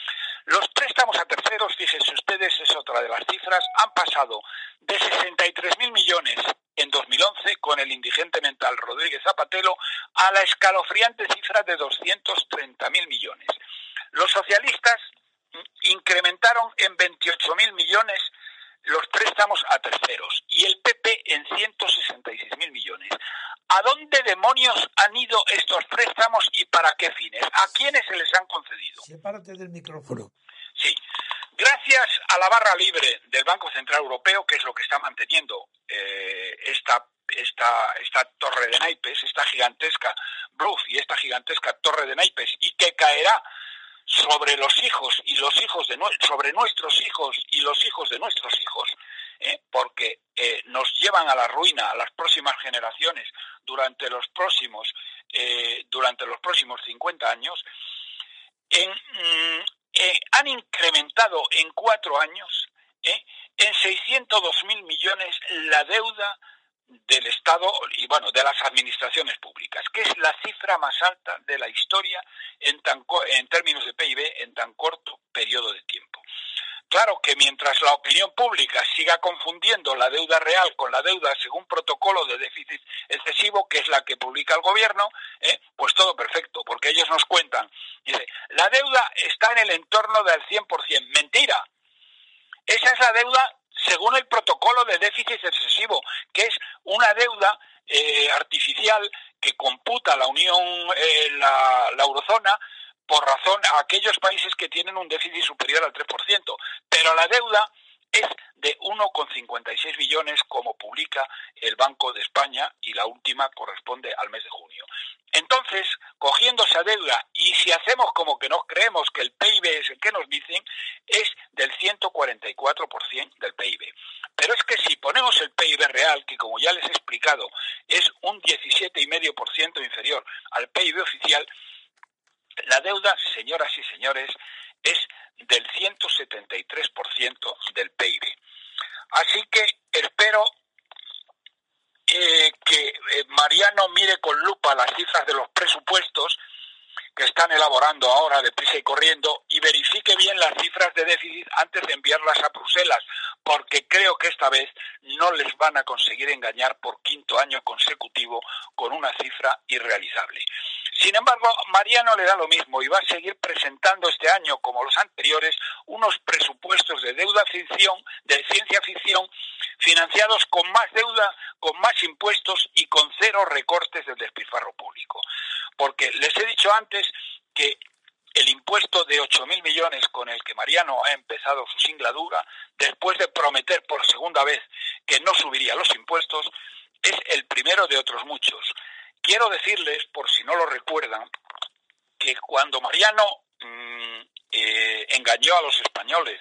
Los préstamos a terceros, fíjense ustedes, es otra de las cifras, han pasado de sesenta y tres mil millones en dos mil once con el indigente mental Rodríguez Zapatero a la escalofriante cifra de doscientos treinta mil millones. Los socialistas incrementaron en veintiocho mil millones los préstamos a terceros y el P P en ciento sesenta y seis mil millones. ¿A dónde demonios han ido estos préstamos y para qué fines? ¿A quiénes se les han concedido? Sepárate del micrófono. Sí. Gracias a la barra libre del Banco Central Europeo, que es lo que está manteniendo eh, esta, esta, esta torre de naipes, esta gigantesca bluff y esta gigantesca torre de naipes, y que caerá sobre los hijos y los hijos de sobre nuestros hijos y los hijos de nuestros hijos, ¿eh? porque eh, nos llevan a la ruina a las próximas generaciones durante los próximos eh, durante los próximos cincuenta años. En, mm, eh, han incrementado en cuatro años ¿eh? en seiscientos dos mil millones la deuda del Estado y bueno de las administraciones públicas, que es la cifra más alta de la historia en, tan, en términos de P I B en tan corto periodo de tiempo. Claro que mientras la opinión pública siga confundiendo la deuda real con la deuda según protocolo de déficit excesivo, que es la que publica el gobierno, ¿eh? pues todo perfecto, porque ellos nos cuentan, dice, la deuda está en el entorno del cien por ciento. Mentira. Esa es la deuda según el protocolo de déficit excesivo, que es una deuda eh, artificial que computa la Unión, eh, la, la eurozona, por razón a aquellos países que tienen un déficit superior al tres por ciento. Pero la deuda es de uno coma cincuenta y seis billones, como publica el Banco de España, y la última corresponde al mes de junio. Entonces, cogiendo esa deuda, y si hacemos como que nos creemos que el P I B es el que nos dicen, es del ciento cuarenta y cuatro por ciento del P I B. Pero es que si ponemos el P I B real, que como ya les he explicado, es un diecisiete coma cinco por ciento inferior al P I B oficial, la deuda, señoras y señores, es del ciento setenta y tres por ciento del P I B. Así que espero eh, que eh, Mariano mire con lupa las cifras de los presupuestos que están elaborando ahora deprisa y corriendo y verifique bien las cifras de déficit antes de enviarlas a Bruselas, porque creo que esta vez no les van a conseguir engañar por quinto año consecutivo con una cifra irrealizable. Sin embargo, Mariano le da lo mismo y va a seguir presentando este año, como los anteriores, unos presupuestos de deuda ficción, de ciencia ficción, financiados con más deuda, con más impuestos y con cero recortes del despilfarro público. Porque les he dicho antes que el impuesto de ocho mil millones con el que Mariano ha empezado su singladura, después de prometer por segunda vez que no subiría los impuestos, es el primero de otros muchos. Quiero decirles, por si no lo recuerdan, que cuando Mariano mmm, eh, engañó a los españoles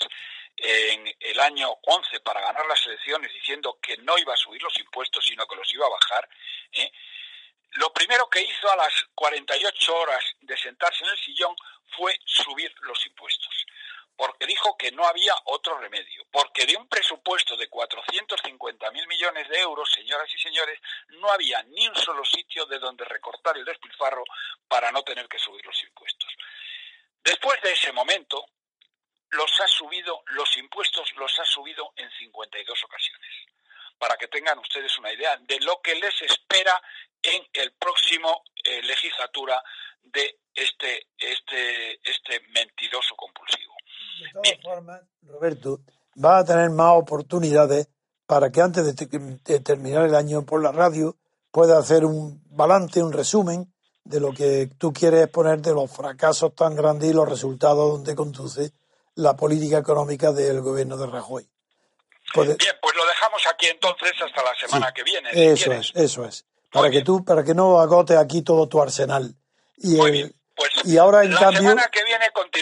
en el año once para ganar las elecciones diciendo que no iba a subir los impuestos sino que los iba a bajar, ¿eh? Lo primero que hizo a las cuarenta y ocho horas de sentarse en el sillón fue subir los impuestos, porque dijo que no había otro remedio, porque de un presupuesto de cuatrocientos cincuenta mil millones de euros, señoras y señores, no había ni un solo sitio de donde recortar el despilfarro para no tener que subir los impuestos. Después de ese momento, los ha subido, los impuestos los ha subido en cincuenta y dos ocasiones, para que tengan ustedes una idea de lo que les espera en el próximo eh, legislatura de este este este mentiroso compulsivo. De todas Bien. formas, Roberto, va a tener más oportunidades para que antes de, te- de terminar el año por la radio pueda hacer un balance, un resumen de lo que tú quieres exponer de los fracasos tan grandes y los resultados donde conduce la política económica del gobierno de Rajoy. Puede... Bien, pues lo dejamos aquí entonces hasta la semana sí, que viene. Si eso quieres. es, eso es. Para que tú, para que no agotes aquí todo tu arsenal. Y, Muy el, bien, pues y ahora en la cambio. semana que viene continuamos.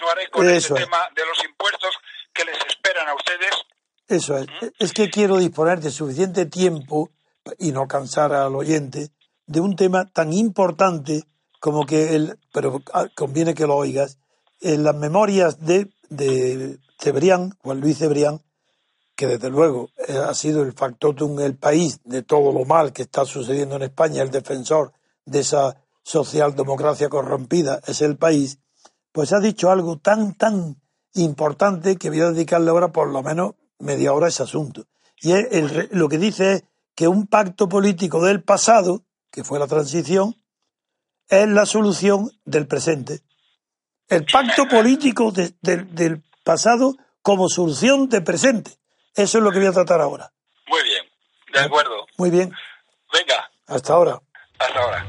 acabaré con Eso este es. tema de los impuestos que les esperan a ustedes. Eso es. ¿Mm? Es que quiero disponer de suficiente tiempo y no cansar al oyente de un tema tan importante como que el, pero conviene que lo oigas, en las memorias de, de Cebrián, Juan Luis Cebrián, que desde luego ha sido el factotum, el país de todo lo mal que está sucediendo en España, el defensor de esa socialdemocracia corrompida es el país, pues ha dicho algo tan, tan importante que voy a dedicarle ahora por lo menos media hora a ese asunto. Y es el, lo que dice es que un pacto político del pasado, que fue la transición, es la solución del presente. El pacto político de, de, del pasado como solución del presente. Eso es lo que voy a tratar ahora. Muy bien, de acuerdo. Muy bien. Venga. Hasta ahora. Hasta ahora.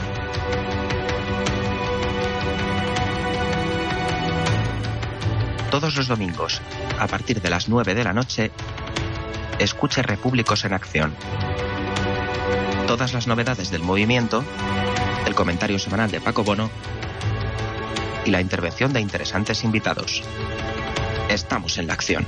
Todos los domingos, a partir de las nueve de la noche, escuche Repúblicos en Acción. Todas las novedades del movimiento, el comentario semanal de Paco Bono y la intervención de interesantes invitados. Estamos en la acción.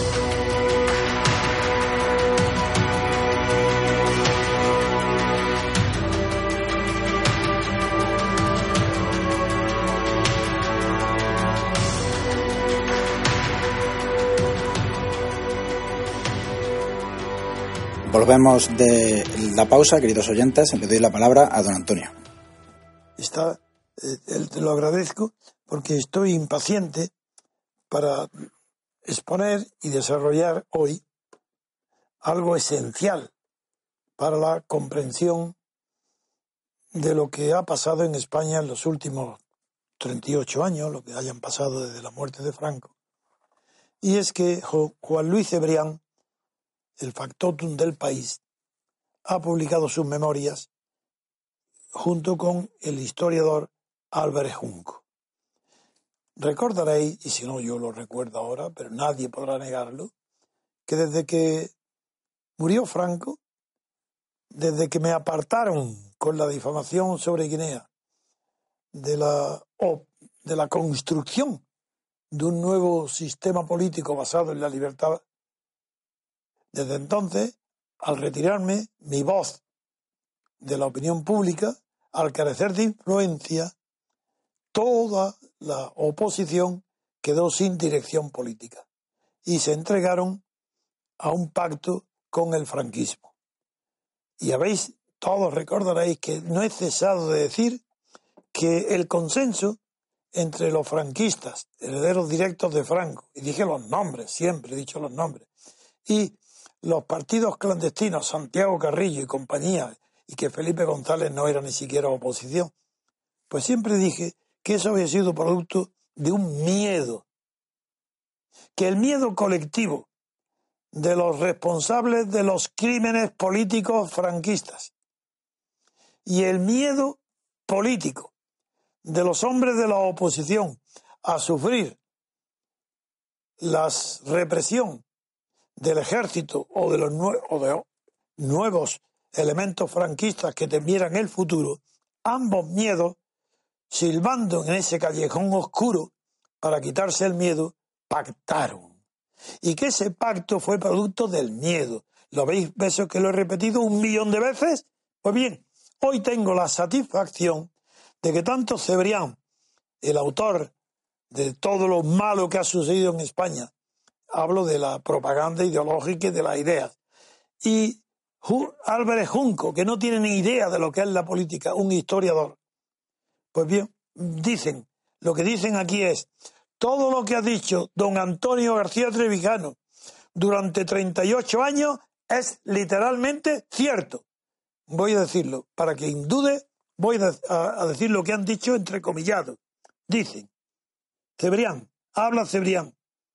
Volvemos de la pausa, queridos oyentes, y le doy la palabra a don Antonio. Está, eh, te lo agradezco porque estoy impaciente para exponer y desarrollar hoy algo esencial para la comprensión de lo que ha pasado en España en los últimos treinta y ocho años, lo que hayan pasado desde la muerte de Franco. Y es que Juan Luis Cebrián, el factotum del país, ha publicado sus memorias junto con el historiador Álvarez Junco. Recordaréis, y si no yo lo recuerdo ahora, pero nadie podrá negarlo, que desde que murió Franco, desde que me apartaron con la difamación sobre Guinea de la, o de la construcción de un nuevo sistema político basado en la libertad, desde entonces, al retirarme, mi voz de la opinión pública, al carecer de influencia, toda la oposición quedó sin dirección política y se entregaron a un pacto con el franquismo. Y habéis, todos recordaréis que no he cesado de decir que el consenso entre los franquistas, herederos directos de Franco, y dije los nombres, siempre he dicho los nombres, y los partidos clandestinos, Santiago Carrillo y compañía, y que Felipe González no era ni siquiera oposición, pues siempre dije que eso había sido producto de un miedo, que el miedo colectivo de los responsables de los crímenes políticos franquistas y el miedo político de los hombres de la oposición a sufrir la represión del ejército o de los nue- o de nuevos elementos franquistas que temieran el futuro, ambos miedos, silbando en ese callejón oscuro para quitarse el miedo, pactaron. Y que ese pacto fue producto del miedo. ¿Lo veis? ¿Eso que lo he repetido un millón de veces? Pues bien, hoy tengo la satisfacción de que tanto Cebrián, el autor de todo lo malo que ha sucedido en España, hablo de la propaganda ideológica y de las ideas, y Álvarez Junco, que no tiene ni idea de lo que es la política, un historiador, pues bien, dicen, lo que dicen aquí es, todo lo que ha dicho don Antonio García Trevijano durante treinta y ocho años es literalmente cierto. Voy a decirlo, para quien dude, voy a decir lo que han dicho entrecomillado. Dicen, Cebrián, habla Cebrián,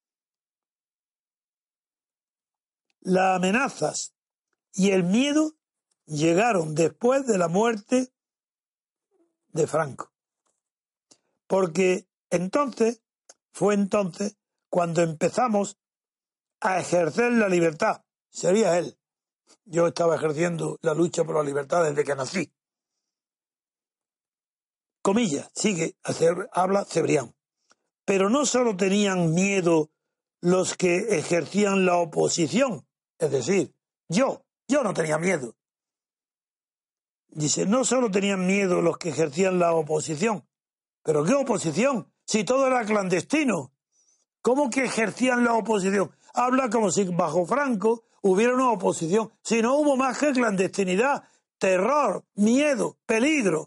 las amenazas y el miedo llegaron después de la muerte de Franco. Porque entonces, fue entonces cuando empezamos a ejercer la libertad. Sería él. Yo estaba ejerciendo la lucha por la libertad desde que nací. Comillas, sigue, habla Cebrián. pero no solo tenían miedo los que ejercían la oposición, es decir, yo, yo no tenía miedo. Dice, no solo tenían miedo los que ejercían la oposición, pero ¿qué oposición? Si todo era clandestino. ¿Cómo que ejercían la oposición? Habla como si bajo Franco hubiera una oposición. Si no hubo más que clandestinidad, terror, miedo, peligro.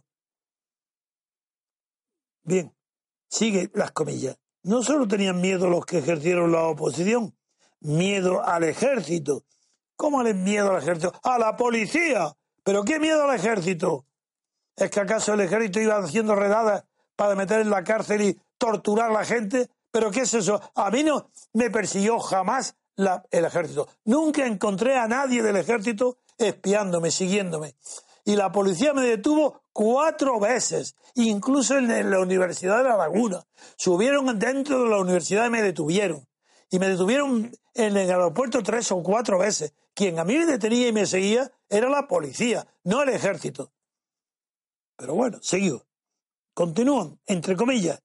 Bien, sigue las comillas. No solo tenían miedo los que ejercieron la oposición, miedo al ejército. ¿Cómo le miedo al ejército? ¡A la policía! ¿Pero qué miedo al ejército? ¿Es que acaso el ejército iba haciendo redadas para meter en la cárcel y torturar a la gente? ¿Pero qué es eso? A mí no me persiguió jamás la, el ejército. Nunca encontré a nadie del ejército espiándome, siguiéndome. Y la policía me detuvo cuatro veces, incluso en la Universidad de La Laguna. Subieron dentro de la universidad y me detuvieron. Y me detuvieron en el aeropuerto tres o cuatro veces. Quien a mí me detenía y me seguía era la policía, no el ejército. Pero bueno, seguido. Continúan, entre comillas.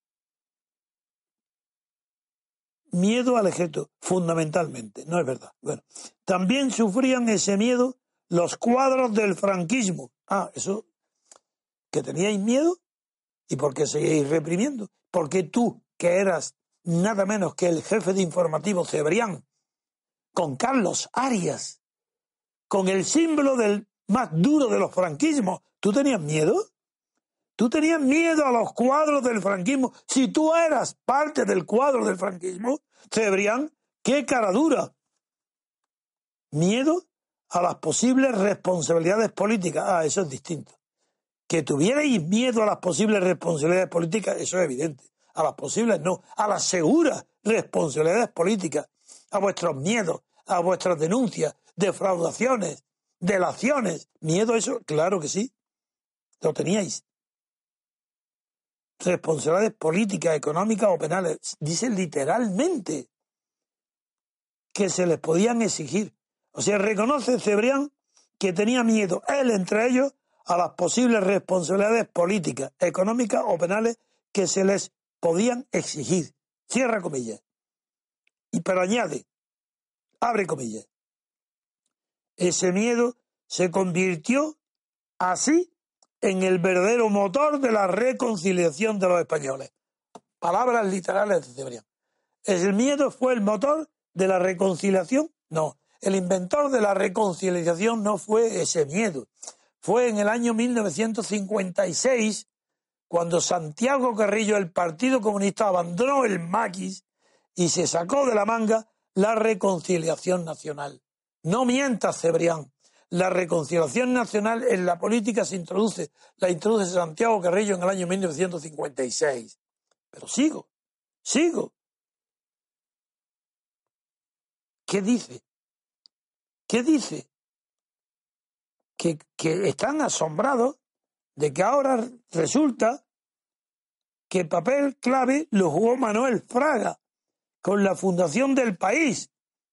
Miedo al ejército, fundamentalmente, no es verdad. Bueno, también sufrían ese miedo los cuadros del franquismo. Ah, eso, que teníais miedo, ¿y por qué seguíais reprimiendo? Porque tú, que eras nada menos que el jefe de informativo Cebrián, con Carlos Arias, con el símbolo del más duro de los franquismos, ¿tú tenías miedo? ¿Tú tenías miedo a los cuadros del franquismo? Si tú eras parte del cuadro del franquismo, Cebrián, qué cara dura. Miedo a las posibles responsabilidades políticas. Ah, eso es distinto. Que tuvierais miedo a las posibles responsabilidades políticas, eso es evidente. A las posibles no, a las seguras responsabilidades políticas, a vuestros miedos, a vuestras denuncias, defraudaciones, delaciones. ¿Miedo a eso? Claro que sí. Lo teníais. Responsabilidades políticas, económicas o penales. Dice literalmente que se les podían exigir. O sea, reconoce Cebrián que tenía miedo, él entre ellos, a las posibles responsabilidades políticas, económicas o penales que se les podían exigir. Cierra comillas. Y pero añade, abre comillas. Ese miedo se convirtió así en el verdadero motor de la reconciliación de los españoles. Palabras literales de Cebrián. ¿El miedo fue el motor de la reconciliación? No. El inventor de la reconciliación no fue ese miedo. Fue en el año mil novecientos cincuenta y seis, cuando Santiago Carrillo, el Partido Comunista, abandonó el maquis y se sacó de la manga la reconciliación nacional. No mientas, Cebrián. La reconciliación nacional en la política se introduce, la introduce Santiago Carrillo en el año mil novecientos cincuenta y seis. Pero sigo, sigo. ¿Qué dice? ¿Qué dice? Que, que están asombrados de que ahora resulta que el papel clave lo jugó Manuel Fraga con la fundación del país.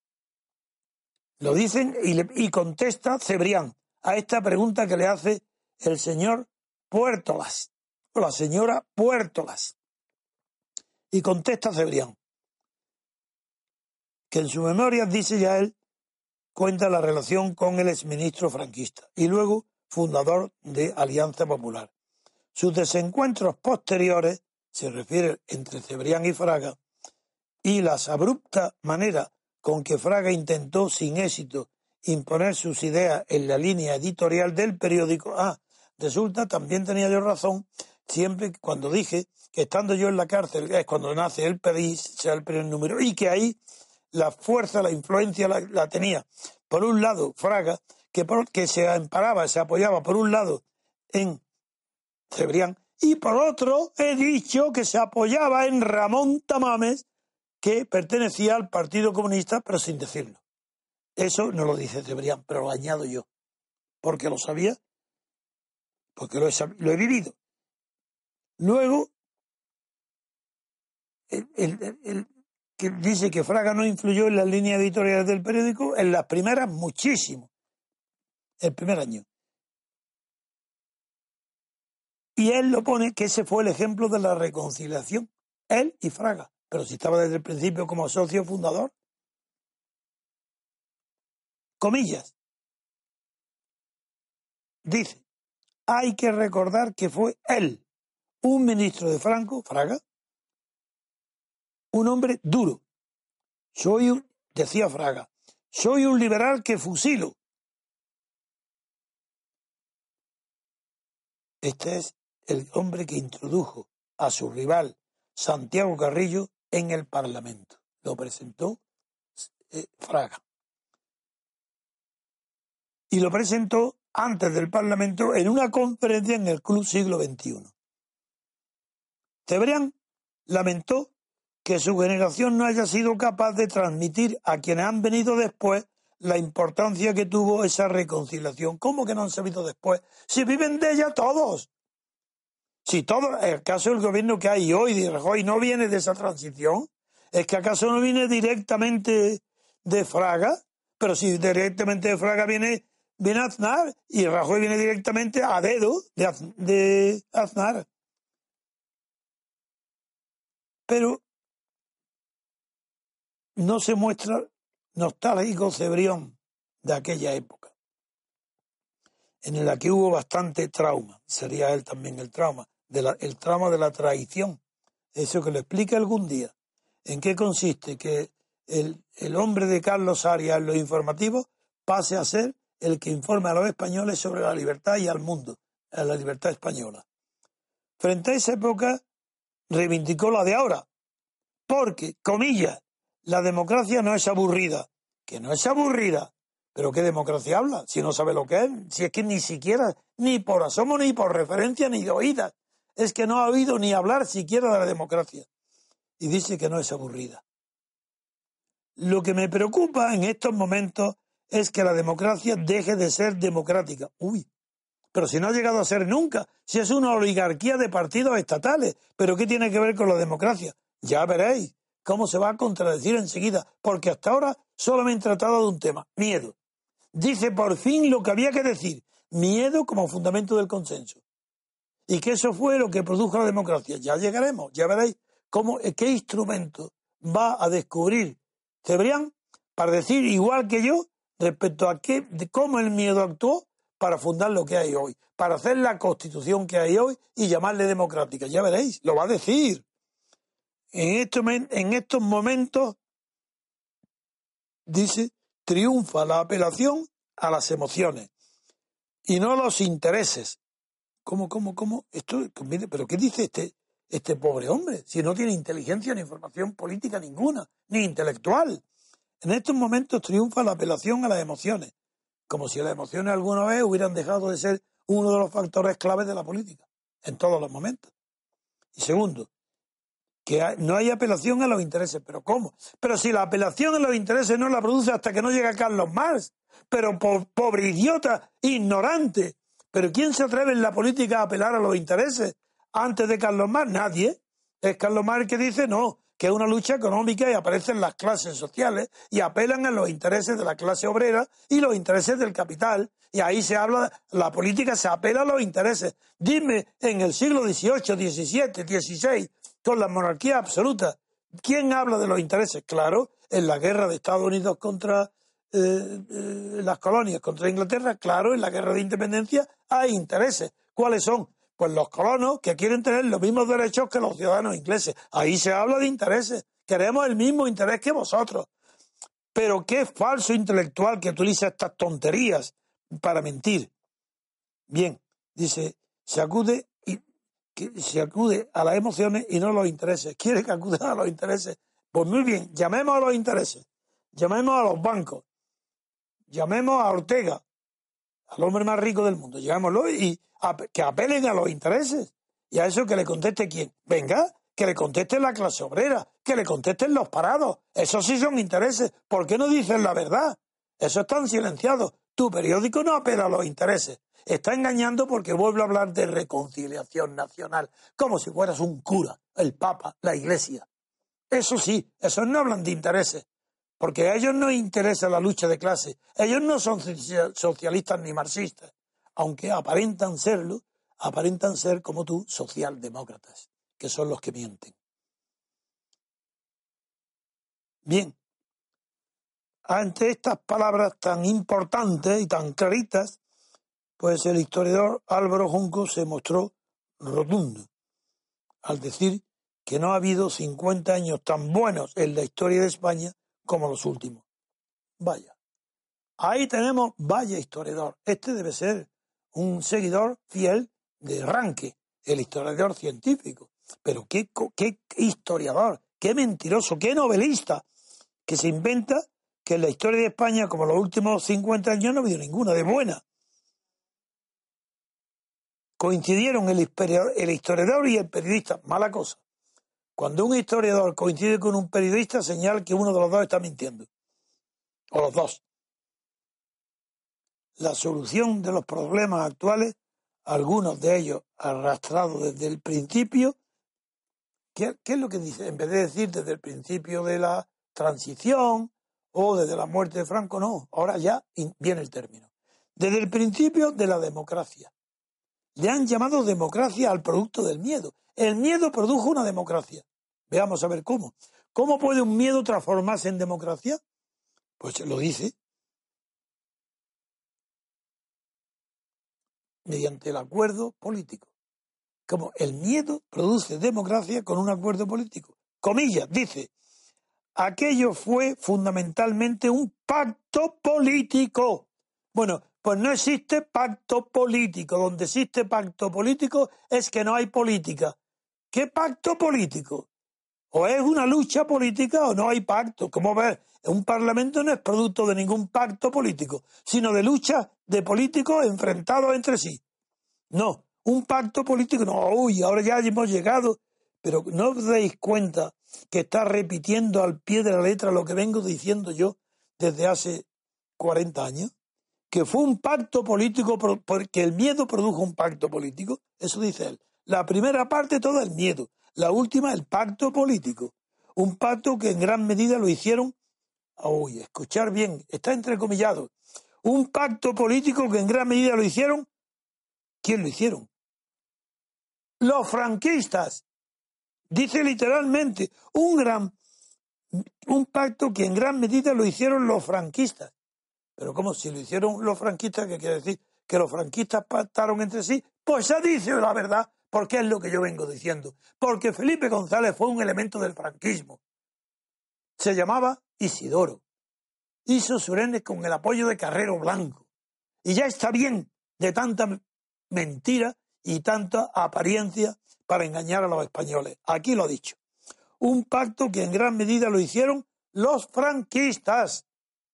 Lo dicen y, le, y contesta Cebrián a esta pregunta que le hace el señor Puertolas, o la señora Puertolas. Y contesta Cebrián, que en su memoria, dice ya él, cuenta la relación con el exministro franquista y luego fundador de Alianza Popular. Sus desencuentros posteriores, se refiere entre Cebrián y Fraga, y las abruptas maneras con que Fraga intentó sin éxito imponer sus ideas en la línea editorial del periódico. Ah, resulta, también tenía yo razón, siempre cuando dije que estando yo en la cárcel es cuando nace el país, sea el primer número, y que ahí la fuerza, la influencia la, la tenía, por un lado, Fraga, que, por, que se amparaba, se apoyaba por un lado en Cebrián, y por otro he dicho que se apoyaba en Ramón Tamames, que pertenecía al Partido Comunista, pero sin decirlo. Eso no lo dice Cebrián, pero lo añado yo, porque lo sabía, porque lo he, lo he vivido. Luego, el, el, el, el que dice que Fraga no influyó en las líneas editoriales del periódico, en las primeras muchísimo, el primer año. Y él lo pone que ese fue el ejemplo de la reconciliación él y Fraga, pero si estaba desde el principio como socio fundador. Comillas. Dice, hay que recordar que fue él, un ministro de Franco, Fraga, un hombre duro. Soy un, decía Fraga, soy un liberal que fusilo. Este es el hombre que introdujo a su rival Santiago Carrillo en el Parlamento. Lo presentó eh, Fraga. Y lo presentó antes del Parlamento en una conferencia en el Club Siglo veintiuno. Cebrián lamentó que su generación no haya sido capaz de transmitir a quienes han venido después la importancia que tuvo esa reconciliación. ¿Cómo que no han sabido después? Si viven de ella todos. Si todo, el caso del gobierno que hay hoy de Rajoy no viene de esa transición, ¿es que acaso no viene directamente de Fraga? Pero si directamente de Fraga viene, viene Aznar, y Rajoy viene directamente a dedo de, Az, de Aznar. Pero no se muestra nostálgico Cebrián de aquella época, en la que hubo bastante trauma. Sería él también el trauma, de la, el trauma de la traición. Eso que lo explique algún día. ¿En qué consiste? Que el, el hombre de Carlos Arias en los informativos pase a ser el que informa a los españoles sobre la libertad y al mundo, a la libertad española. Frente a esa época, reivindicó la de ahora, porque, comillas, la democracia no es aburrida. Que no es aburrida. ¿Pero qué democracia habla? Si no sabe lo que es. Si es que ni siquiera, ni por asomo, ni por referencia, ni de oídas. Es que no ha oído ni hablar siquiera de la democracia. Y dice que no es aburrida. Lo que me preocupa en estos momentos es que la democracia deje de ser democrática. Uy, pero si no ha llegado a ser nunca. Si es una oligarquía de partidos estatales. ¿Pero qué tiene que ver con la democracia? Ya veréis cómo se va a contradecir enseguida, porque hasta ahora solo me han tratado de un tema, miedo. Dice por fin lo que había que decir, miedo como fundamento del consenso. Y que eso fue lo que produjo la democracia. Ya llegaremos, ya veréis cómo, qué instrumento va a descubrir Cebrián para decir, igual que yo, respecto a qué, de cómo el miedo actuó para fundar lo que hay hoy, para hacer la constitución que hay hoy y llamarle democrática. Ya veréis, lo va a decir. En estos, en estos momentos, dice, triunfa la apelación a las emociones y no a los intereses. ¿Cómo, cómo, cómo? Esto, ¿pero qué dice este, este pobre hombre? Si no tiene inteligencia ni información política ninguna, ni intelectual. En estos momentos triunfa la apelación a las emociones, como si las emociones alguna vez hubieran dejado de ser uno de los factores claves de la política, en todos los momentos. Y segundo, que no hay apelación a los intereses. ¿Pero cómo? Pero si la apelación a los intereses no la produce hasta que no llega Carlos Marx. Pero po pobre idiota, ignorante. ¿Pero quién se atreve en la política a apelar a los intereses antes de Carlos Marx? Nadie. Es Carlos Marx que dice no, que es una lucha económica y aparecen las clases sociales y apelan a los intereses de la clase obrera y los intereses del capital. Y ahí se habla, la política se apela a los intereses. Dime, en el siglo dieciocho, diecisiete, dieciséis, con la monarquía absoluta, ¿quién habla de los intereses? Claro, en la guerra de Estados Unidos contra eh, eh, las colonias, contra Inglaterra, claro, en la guerra de independencia hay intereses. ¿Cuáles son? Pues los colonos que quieren tener los mismos derechos que los ciudadanos ingleses. Ahí se habla de intereses. Queremos el mismo interés que vosotros. Pero qué falso intelectual que utiliza estas tonterías para mentir. Bien, dice, se acude y que se acude a las emociones y no a los intereses. ¿Quiere que acude a los intereses? Pues muy bien, llamemos a los intereses, llamemos a los bancos, llamemos a Ortega, al hombre más rico del mundo, llamémoslo y a, que apelen a los intereses. Y a eso que le conteste quién. Venga, que le conteste la clase obrera, que le contesten los parados. Esos sí son intereses. ¿Por qué no dicen la verdad? Eso están silenciados. Tu periódico no apela a los intereses. Está engañando porque vuelve a hablar de reconciliación nacional, como si fueras un cura, el Papa, la Iglesia. Eso sí, esos no hablan de intereses, porque a ellos no interesa la lucha de clases. Ellos no son socialistas ni marxistas, aunque aparentan serlo, aparentan ser como tú, socialdemócratas, que son los que mienten. Bien, ante estas palabras tan importantes y tan claritas, pues el historiador Álvaro Junco se mostró rotundo al decir que no ha habido cincuenta años tan buenos en la historia de España como los últimos. Vaya, ahí tenemos, vaya historiador, este debe ser un seguidor fiel de Ranke, el historiador científico, pero qué, qué historiador, qué mentiroso, qué novelista, que se inventa que en la historia de España, como los últimos cincuenta años, no ha habido ninguna de buena. Coincidieron el historiador, el historiador y el periodista, mala cosa. Cuando un historiador coincide con un periodista, señala que uno de los dos está mintiendo. O los dos. La solución de los problemas actuales, algunos de ellos arrastrados desde el principio, ¿qué, qué es lo que dice? En vez de decir desde el principio de la transición o desde la muerte de Franco, no, ahora ya viene el término. Desde el principio de la democracia. Le han llamado democracia al producto del miedo. El miedo produjo una democracia. Veamos a ver cómo. ¿Cómo puede un miedo transformarse en democracia? Pues lo dice. Mediante el acuerdo político. Como el miedo produce democracia con un acuerdo político. Comillas, dice, aquello fue fundamentalmente un pacto político. Bueno, pues no existe pacto político. Donde existe pacto político es que no hay política. ¿Qué pacto político? O es una lucha política o no hay pacto. Como ves, un parlamento no es producto de ningún pacto político, sino de lucha de políticos enfrentados entre sí. No, un pacto político, no, uy, ahora ya hemos llegado, pero no os dais cuenta que está repitiendo al pie de la letra lo que vengo diciendo yo desde hace cuarenta años. Que fue un pacto político, porque el miedo produjo un pacto político, eso dice él. La primera parte todo el miedo, la última el pacto político. Un pacto que en gran medida lo hicieron, uy, escuchar bien, está entrecomillado, un pacto político que en gran medida lo hicieron, ¿quién lo hicieron? Los franquistas, dice literalmente, un gran, un pacto que en gran medida lo hicieron los franquistas. Pero ¿cómo? Si lo hicieron los franquistas, ¿qué quiere decir? ¿Que los franquistas pactaron entre sí? Pues ya dice la verdad, porque es lo que yo vengo diciendo. Porque Felipe González fue un elemento del franquismo. Se llamaba Isidoro. Hizo Surenes con el apoyo de Carrero Blanco. Y ya está bien de tanta mentira y tanta apariencia para engañar a los españoles. Aquí lo ha dicho. Un pacto que en gran medida lo hicieron los franquistas.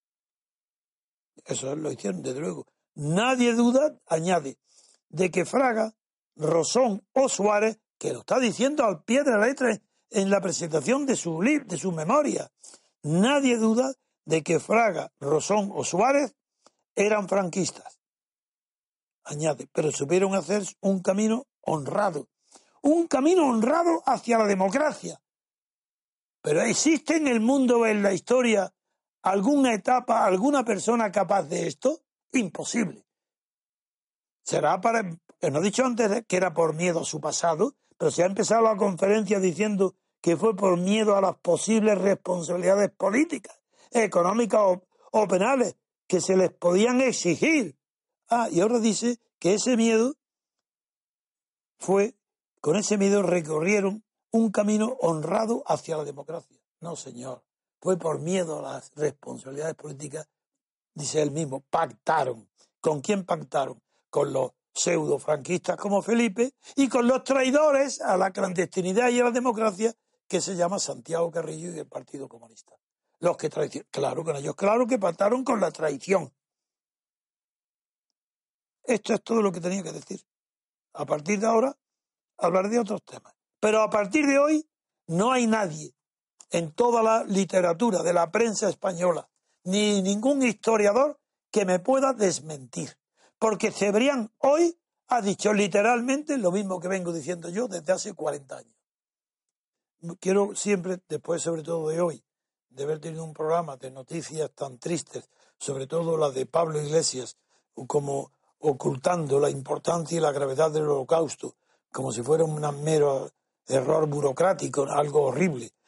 Eso lo hicieron, desde luego. Nadie duda, añade, de que Fraga, Rosón o Suárez, que lo está diciendo al pie de la letra en la presentación de su libro, de su memoria, nadie duda de que Fraga, Rosón o Suárez eran franquistas. Añade, pero supieron hacer un camino honrado. Un camino honrado hacia la democracia. Pero ¿existe en el mundo, en la historia, alguna etapa, alguna persona capaz de esto? Imposible. Será para, no he dicho antes que era por miedo a su pasado, pero se ha empezado la conferencia diciendo que fue por miedo a las posibles responsabilidades políticas, económicas o, o penales que se les podían exigir. Ah, y ahora dice que ese miedo fue, con ese miedo recorrieron un camino honrado hacia la democracia. No, señor. Fue por miedo a las responsabilidades políticas, dice él mismo, pactaron. ¿Con quién pactaron? Con los pseudo-franquistas como Felipe y con los traidores a la clandestinidad y a la democracia que se llama Santiago Carrillo y el Partido Comunista. Los que traicionaron, claro, con ellos, claro que pactaron con la traición. Esto es todo lo que tenía que decir. A partir de ahora, hablaré de otros temas. Pero a partir de hoy, no hay nadie en toda la literatura de la prensa española, ni ningún historiador que me pueda desmentir. Porque Cebrián hoy ha dicho literalmente lo mismo que vengo diciendo yo desde hace cuarenta años. Quiero siempre, después sobre todo de hoy, de haber tenido un programa de noticias tan tristes, sobre todo la de Pablo Iglesias, como ocultando la importancia y la gravedad del Holocausto, como si fuera un mero error burocrático, algo horrible,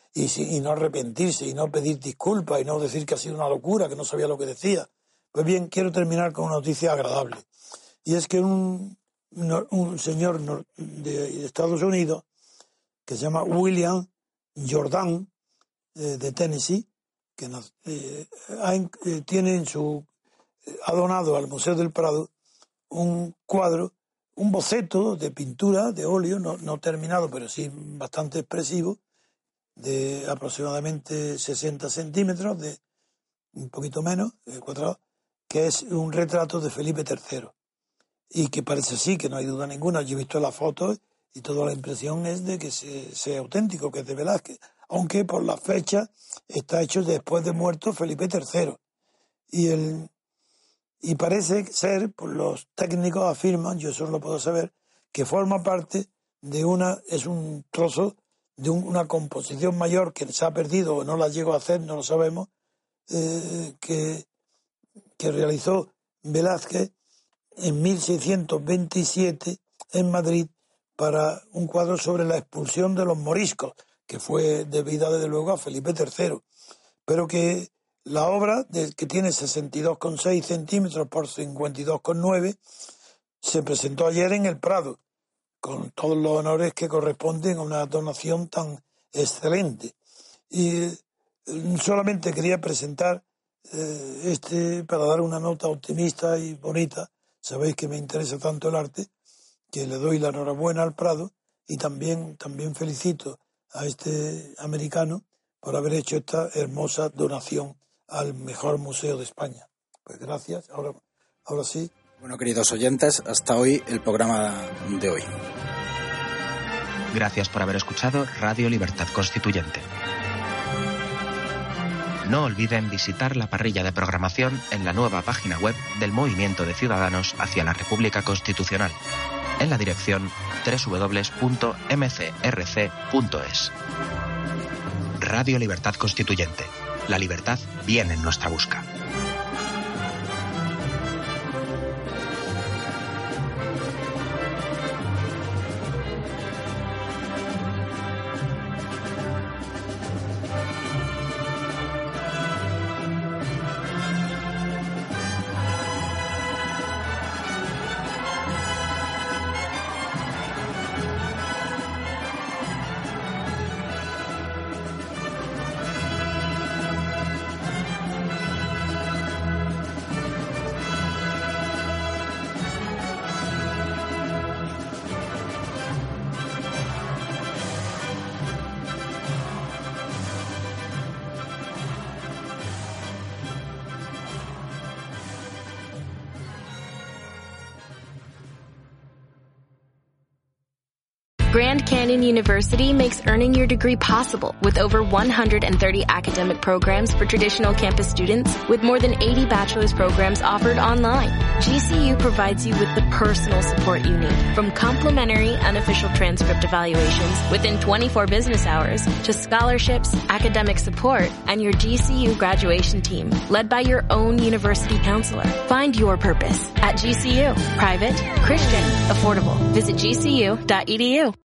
y, y no arrepentirse y no pedir disculpas y no decir que ha sido una locura, que no sabía lo que decía. Pues bien, quiero terminar con una noticia agradable. Y es que un, un señor de Estados Unidos que se llama William Jordan, eh, de Tennessee, que eh, ha, eh, tiene en su, eh, ha donado al Museo del Prado un cuadro, un boceto de pintura, de óleo, no, no terminado, pero sí bastante expresivo, de aproximadamente sesenta centímetros, de un poquito menos, eh, cuadrado, que es un retrato de Felipe tercero. Y que parece sí, que no hay duda ninguna. Yo he visto las fotos y toda la impresión es de que sea, sea auténtico, que es de Velázquez. Aunque por la fecha está hecho después de muerto Felipe tercero. Y, el, y parece ser, por los técnicos afirman, yo eso lo puedo saber, que forma parte de una, es un trozo de un, una composición mayor que se ha perdido o no la llegó a hacer, no lo sabemos, eh, que, que realizó Velázquez en mil seiscientos veintisiete en Madrid para un cuadro sobre la expulsión de los moriscos, que fue debida desde luego a Felipe tercero, pero que la obra, de, que tiene sesenta y dos coma seis centímetros por cincuenta y dos coma nueve, se presentó ayer en el Prado, con todos los honores que corresponden a una donación tan excelente. Y solamente quería presentar eh, este para dar una nota optimista y bonita. Sabéis que me interesa tanto el arte, que le doy la enhorabuena al Prado y también, también felicito a este americano por haber hecho esta hermosa donación al mejor museo de España. Pues gracias. Ahora, ahora sí. Bueno, queridos oyentes, hasta hoy el programa de hoy. Gracias por haber escuchado Radio Libertad Constituyente. No olviden visitar la parrilla de programación en la nueva página web del Movimiento de Ciudadanos hacia la República Constitucional, en la dirección doble u doble u doble u punto m c r c punto e s. Radio Libertad Constituyente. La libertad viene en nuestra busca. Grand Canyon University makes earning your degree possible with over one hundred thirty academic programs for traditional campus students with more than eighty bachelor's programs offered online. G C U provides you with the personal support you need, from complimentary unofficial transcript evaluations within twenty-four business hours to scholarships, academic support, and your G C U graduation team led by your own university counselor. Find your purpose at G C U. Private, Christian, affordable. Visit G C U dot E D U.